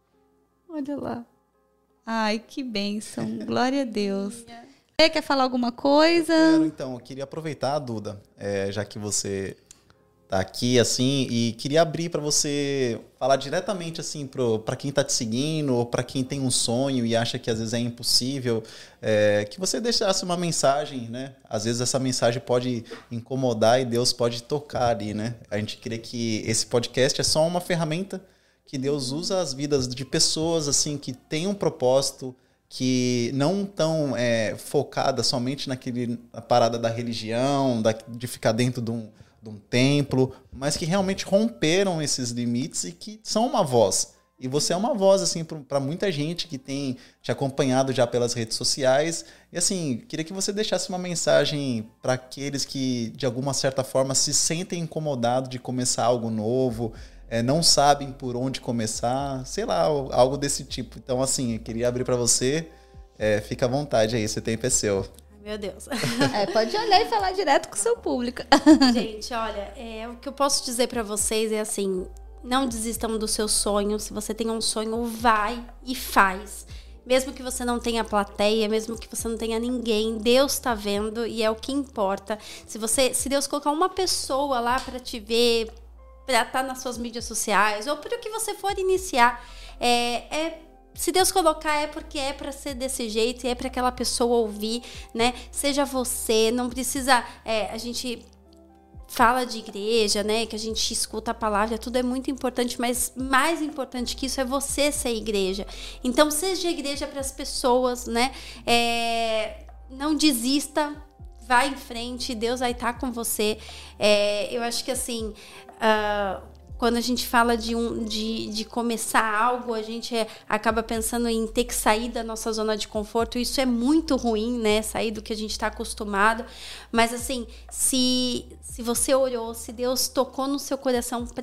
Olha lá. Ai, que bênção. Glória a Deus. Você quer falar alguma coisa? Eu quero, então, eu queria aproveitar, Duda, é, já que você tá aqui, assim, e queria abrir para você falar diretamente, assim, para quem tá te seguindo, ou para quem tem um sonho e acha que às vezes é impossível, é, que você deixasse uma mensagem, né? Às vezes essa mensagem pode incomodar e Deus pode tocar ali, né? A gente crê que esse podcast é só uma ferramenta que Deus usa as vidas de pessoas, assim, que têm um propósito, que não estão é, focadas somente naquele, na parada da religião, da, de ficar dentro de um, de um templo, mas que realmente romperam esses limites e que são uma voz. E você é uma voz, assim, para muita gente que tem te acompanhado já pelas redes sociais. E, assim, queria que você deixasse uma mensagem para aqueles que, de alguma certa forma, se sentem incomodados de começar algo novo, É, não sabem por onde começar, sei lá, algo desse tipo. Então, assim, eu queria abrir para você. É, fica à vontade aí, esse tempo é seu. Meu Deus. É, pode olhar e falar direto com o seu público. Gente, olha, é, o que eu posso dizer para vocês é assim, não desistam do seu sonho. Se você tem um sonho, vai e faz. Mesmo que você não tenha plateia, mesmo que você não tenha ninguém, Deus está vendo e é o que importa. Se, você, se Deus colocar uma pessoa lá para te ver, para estar nas suas mídias sociais, ou para o que você for iniciar, é, é, se Deus colocar é porque é para ser desse jeito e é para aquela pessoa ouvir, né? Seja você, não precisa... É, a gente fala de igreja, né? Que a gente escuta a palavra, tudo é muito importante, mas mais importante que isso é você ser igreja. Então, seja igreja para as pessoas, né? É, não desista, vai em frente, Deus vai estar com você. É, eu acho que assim... Uh, quando a gente fala de, um, de, de começar algo, a gente é, acaba pensando em ter que sair da nossa zona de conforto. Isso é muito ruim, né? Sair do que a gente está acostumado. Mas, assim, se, se você orou, se Deus tocou no seu coração para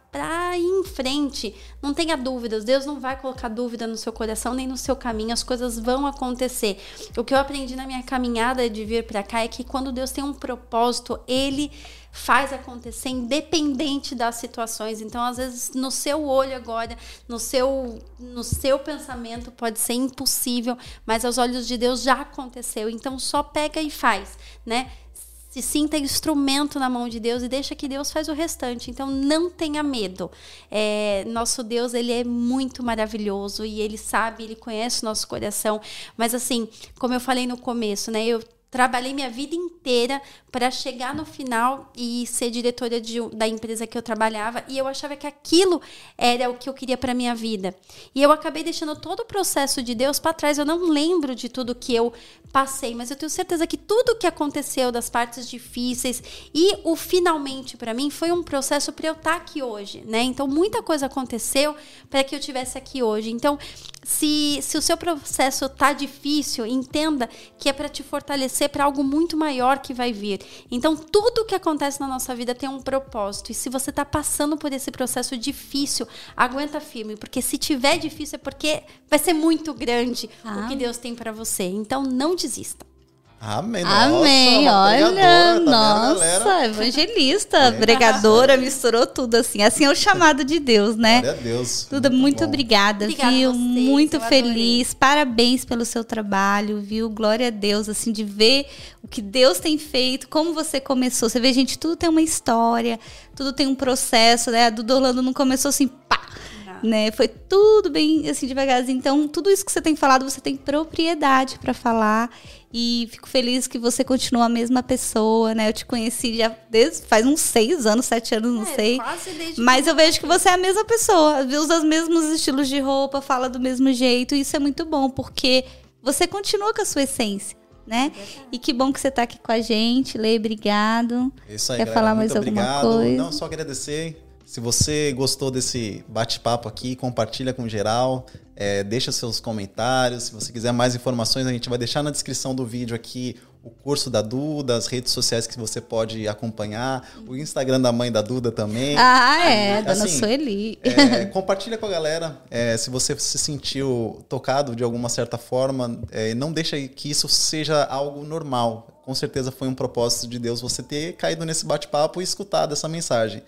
para ir em frente. Não tenha dúvidas, Deus não vai colocar dúvida no seu coração nem no seu caminho, as coisas vão acontecer. O que eu aprendi na minha caminhada de vir para cá é que quando Deus tem um propósito, Ele faz acontecer independente das situações. Então, às vezes, no seu olho agora, no seu, no seu pensamento, pode ser impossível, mas aos olhos de Deus já aconteceu. Então, só pega e faz, né? Se sinta instrumento na mão de Deus e deixa que Deus faz o restante. Então, não tenha medo. É, nosso Deus, Ele é muito maravilhoso e Ele sabe, Ele conhece o nosso coração. Mas, assim, como eu falei no começo, né? Eu trabalhei minha vida inteira para chegar no final e ser diretora de, da empresa que eu trabalhava, e eu achava que aquilo era o que eu queria para minha vida. E eu acabei deixando todo o processo de Deus para trás. Eu não lembro de tudo que eu passei, mas eu tenho certeza que tudo que aconteceu, das partes difíceis e o finalmente para mim foi um processo para eu estar aqui hoje, né? Então muita coisa aconteceu para que eu estivesse aqui hoje. Então, se, se o seu processo tá difícil, entenda que é para te fortalecer para algo muito maior que vai vir. Então, tudo que acontece na nossa vida tem um propósito. E se você está passando por esse processo difícil, aguenta firme, porque se tiver difícil é porque vai ser muito grande ah. o que Deus tem para você. Então, não desista. Amém. Amém. Nossa, olha, tá nossa, evangelista, pregadora, misturou tudo assim. Assim é o chamado de Deus, né? Glória a Deus. Duda, muito, muito obrigada, obrigada, viu? vocês, muito feliz. Parabéns pelo seu trabalho, viu? Glória a Deus, assim, de ver o que Deus tem feito, como você começou. Você vê, gente, tudo tem uma história, tudo tem um processo, né? A Duda Orlando não começou assim, pá! Né? Foi tudo bem assim devagarzinho. Então, tudo isso que você tem falado, você tem propriedade para falar. E fico feliz que você continua a mesma pessoa, né? Eu te conheci já desde, faz uns seis anos, sete anos, não é, sei. Quase desde Mas que eu vejo que você é a mesma pessoa. Usa os mesmos estilos de roupa, fala do mesmo jeito. E isso é muito bom, porque você continua com a sua essência, né? É e que bom que você está aqui com a gente. Lê, obrigado. Isso aí, Quer galera, falar mais muito alguma obrigado. coisa? Não, só agradecer. Se você gostou desse bate-papo aqui, compartilha com geral, é, deixa seus comentários. Se você quiser mais informações, a gente vai deixar na descrição do vídeo aqui o curso da Duda, as redes sociais que você pode acompanhar, o Instagram da mãe da Duda também. Ah, é, Dona assim, Sueli. É, compartilha com a galera. É, se você se sentiu tocado de alguma certa forma, é, não deixa que isso seja algo normal. Com certeza foi um propósito de Deus você ter caído nesse bate-papo e escutado essa mensagem.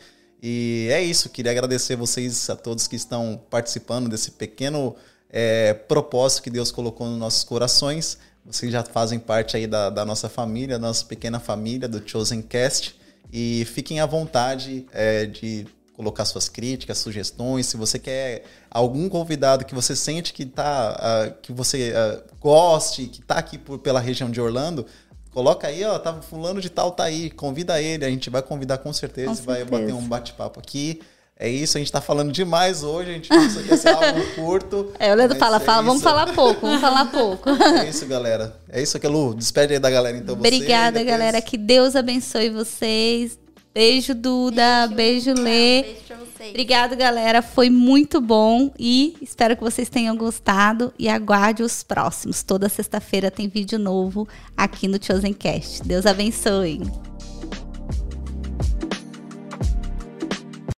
E é isso, queria agradecer vocês a todos que estão participando desse pequeno é, propósito que Deus colocou nos nossos corações. Vocês já fazem parte aí da, da nossa família, da nossa pequena família, do Chosen Cast. E fiquem à vontade é, de colocar suas críticas, sugestões. Se você quer algum convidado que você sente que, tá, uh, que você uh, goste, que está aqui por, pela região de Orlando, coloca aí, ó, tá, fulano de tal tá aí, convida ele, a gente vai convidar com certeza, com certeza. Vai bater um bate-papo aqui. É isso, a gente tá falando demais hoje, a gente pensou que ia ser algo curto. É, o Leandro fala, fala, vamos falar pouco, vamos falar pouco. É isso, galera. É isso aqui, Lu, despede aí da galera, então. Obrigada, você, depois... galera, que Deus abençoe vocês. Beijo, Duda, beijo, beijo Lê. Beijo pra vocês. Obrigado, galera, foi muito bom e espero que vocês tenham gostado e aguarde os próximos. Toda sexta-feira tem vídeo novo aqui no Chosen Cast. Deus abençoe.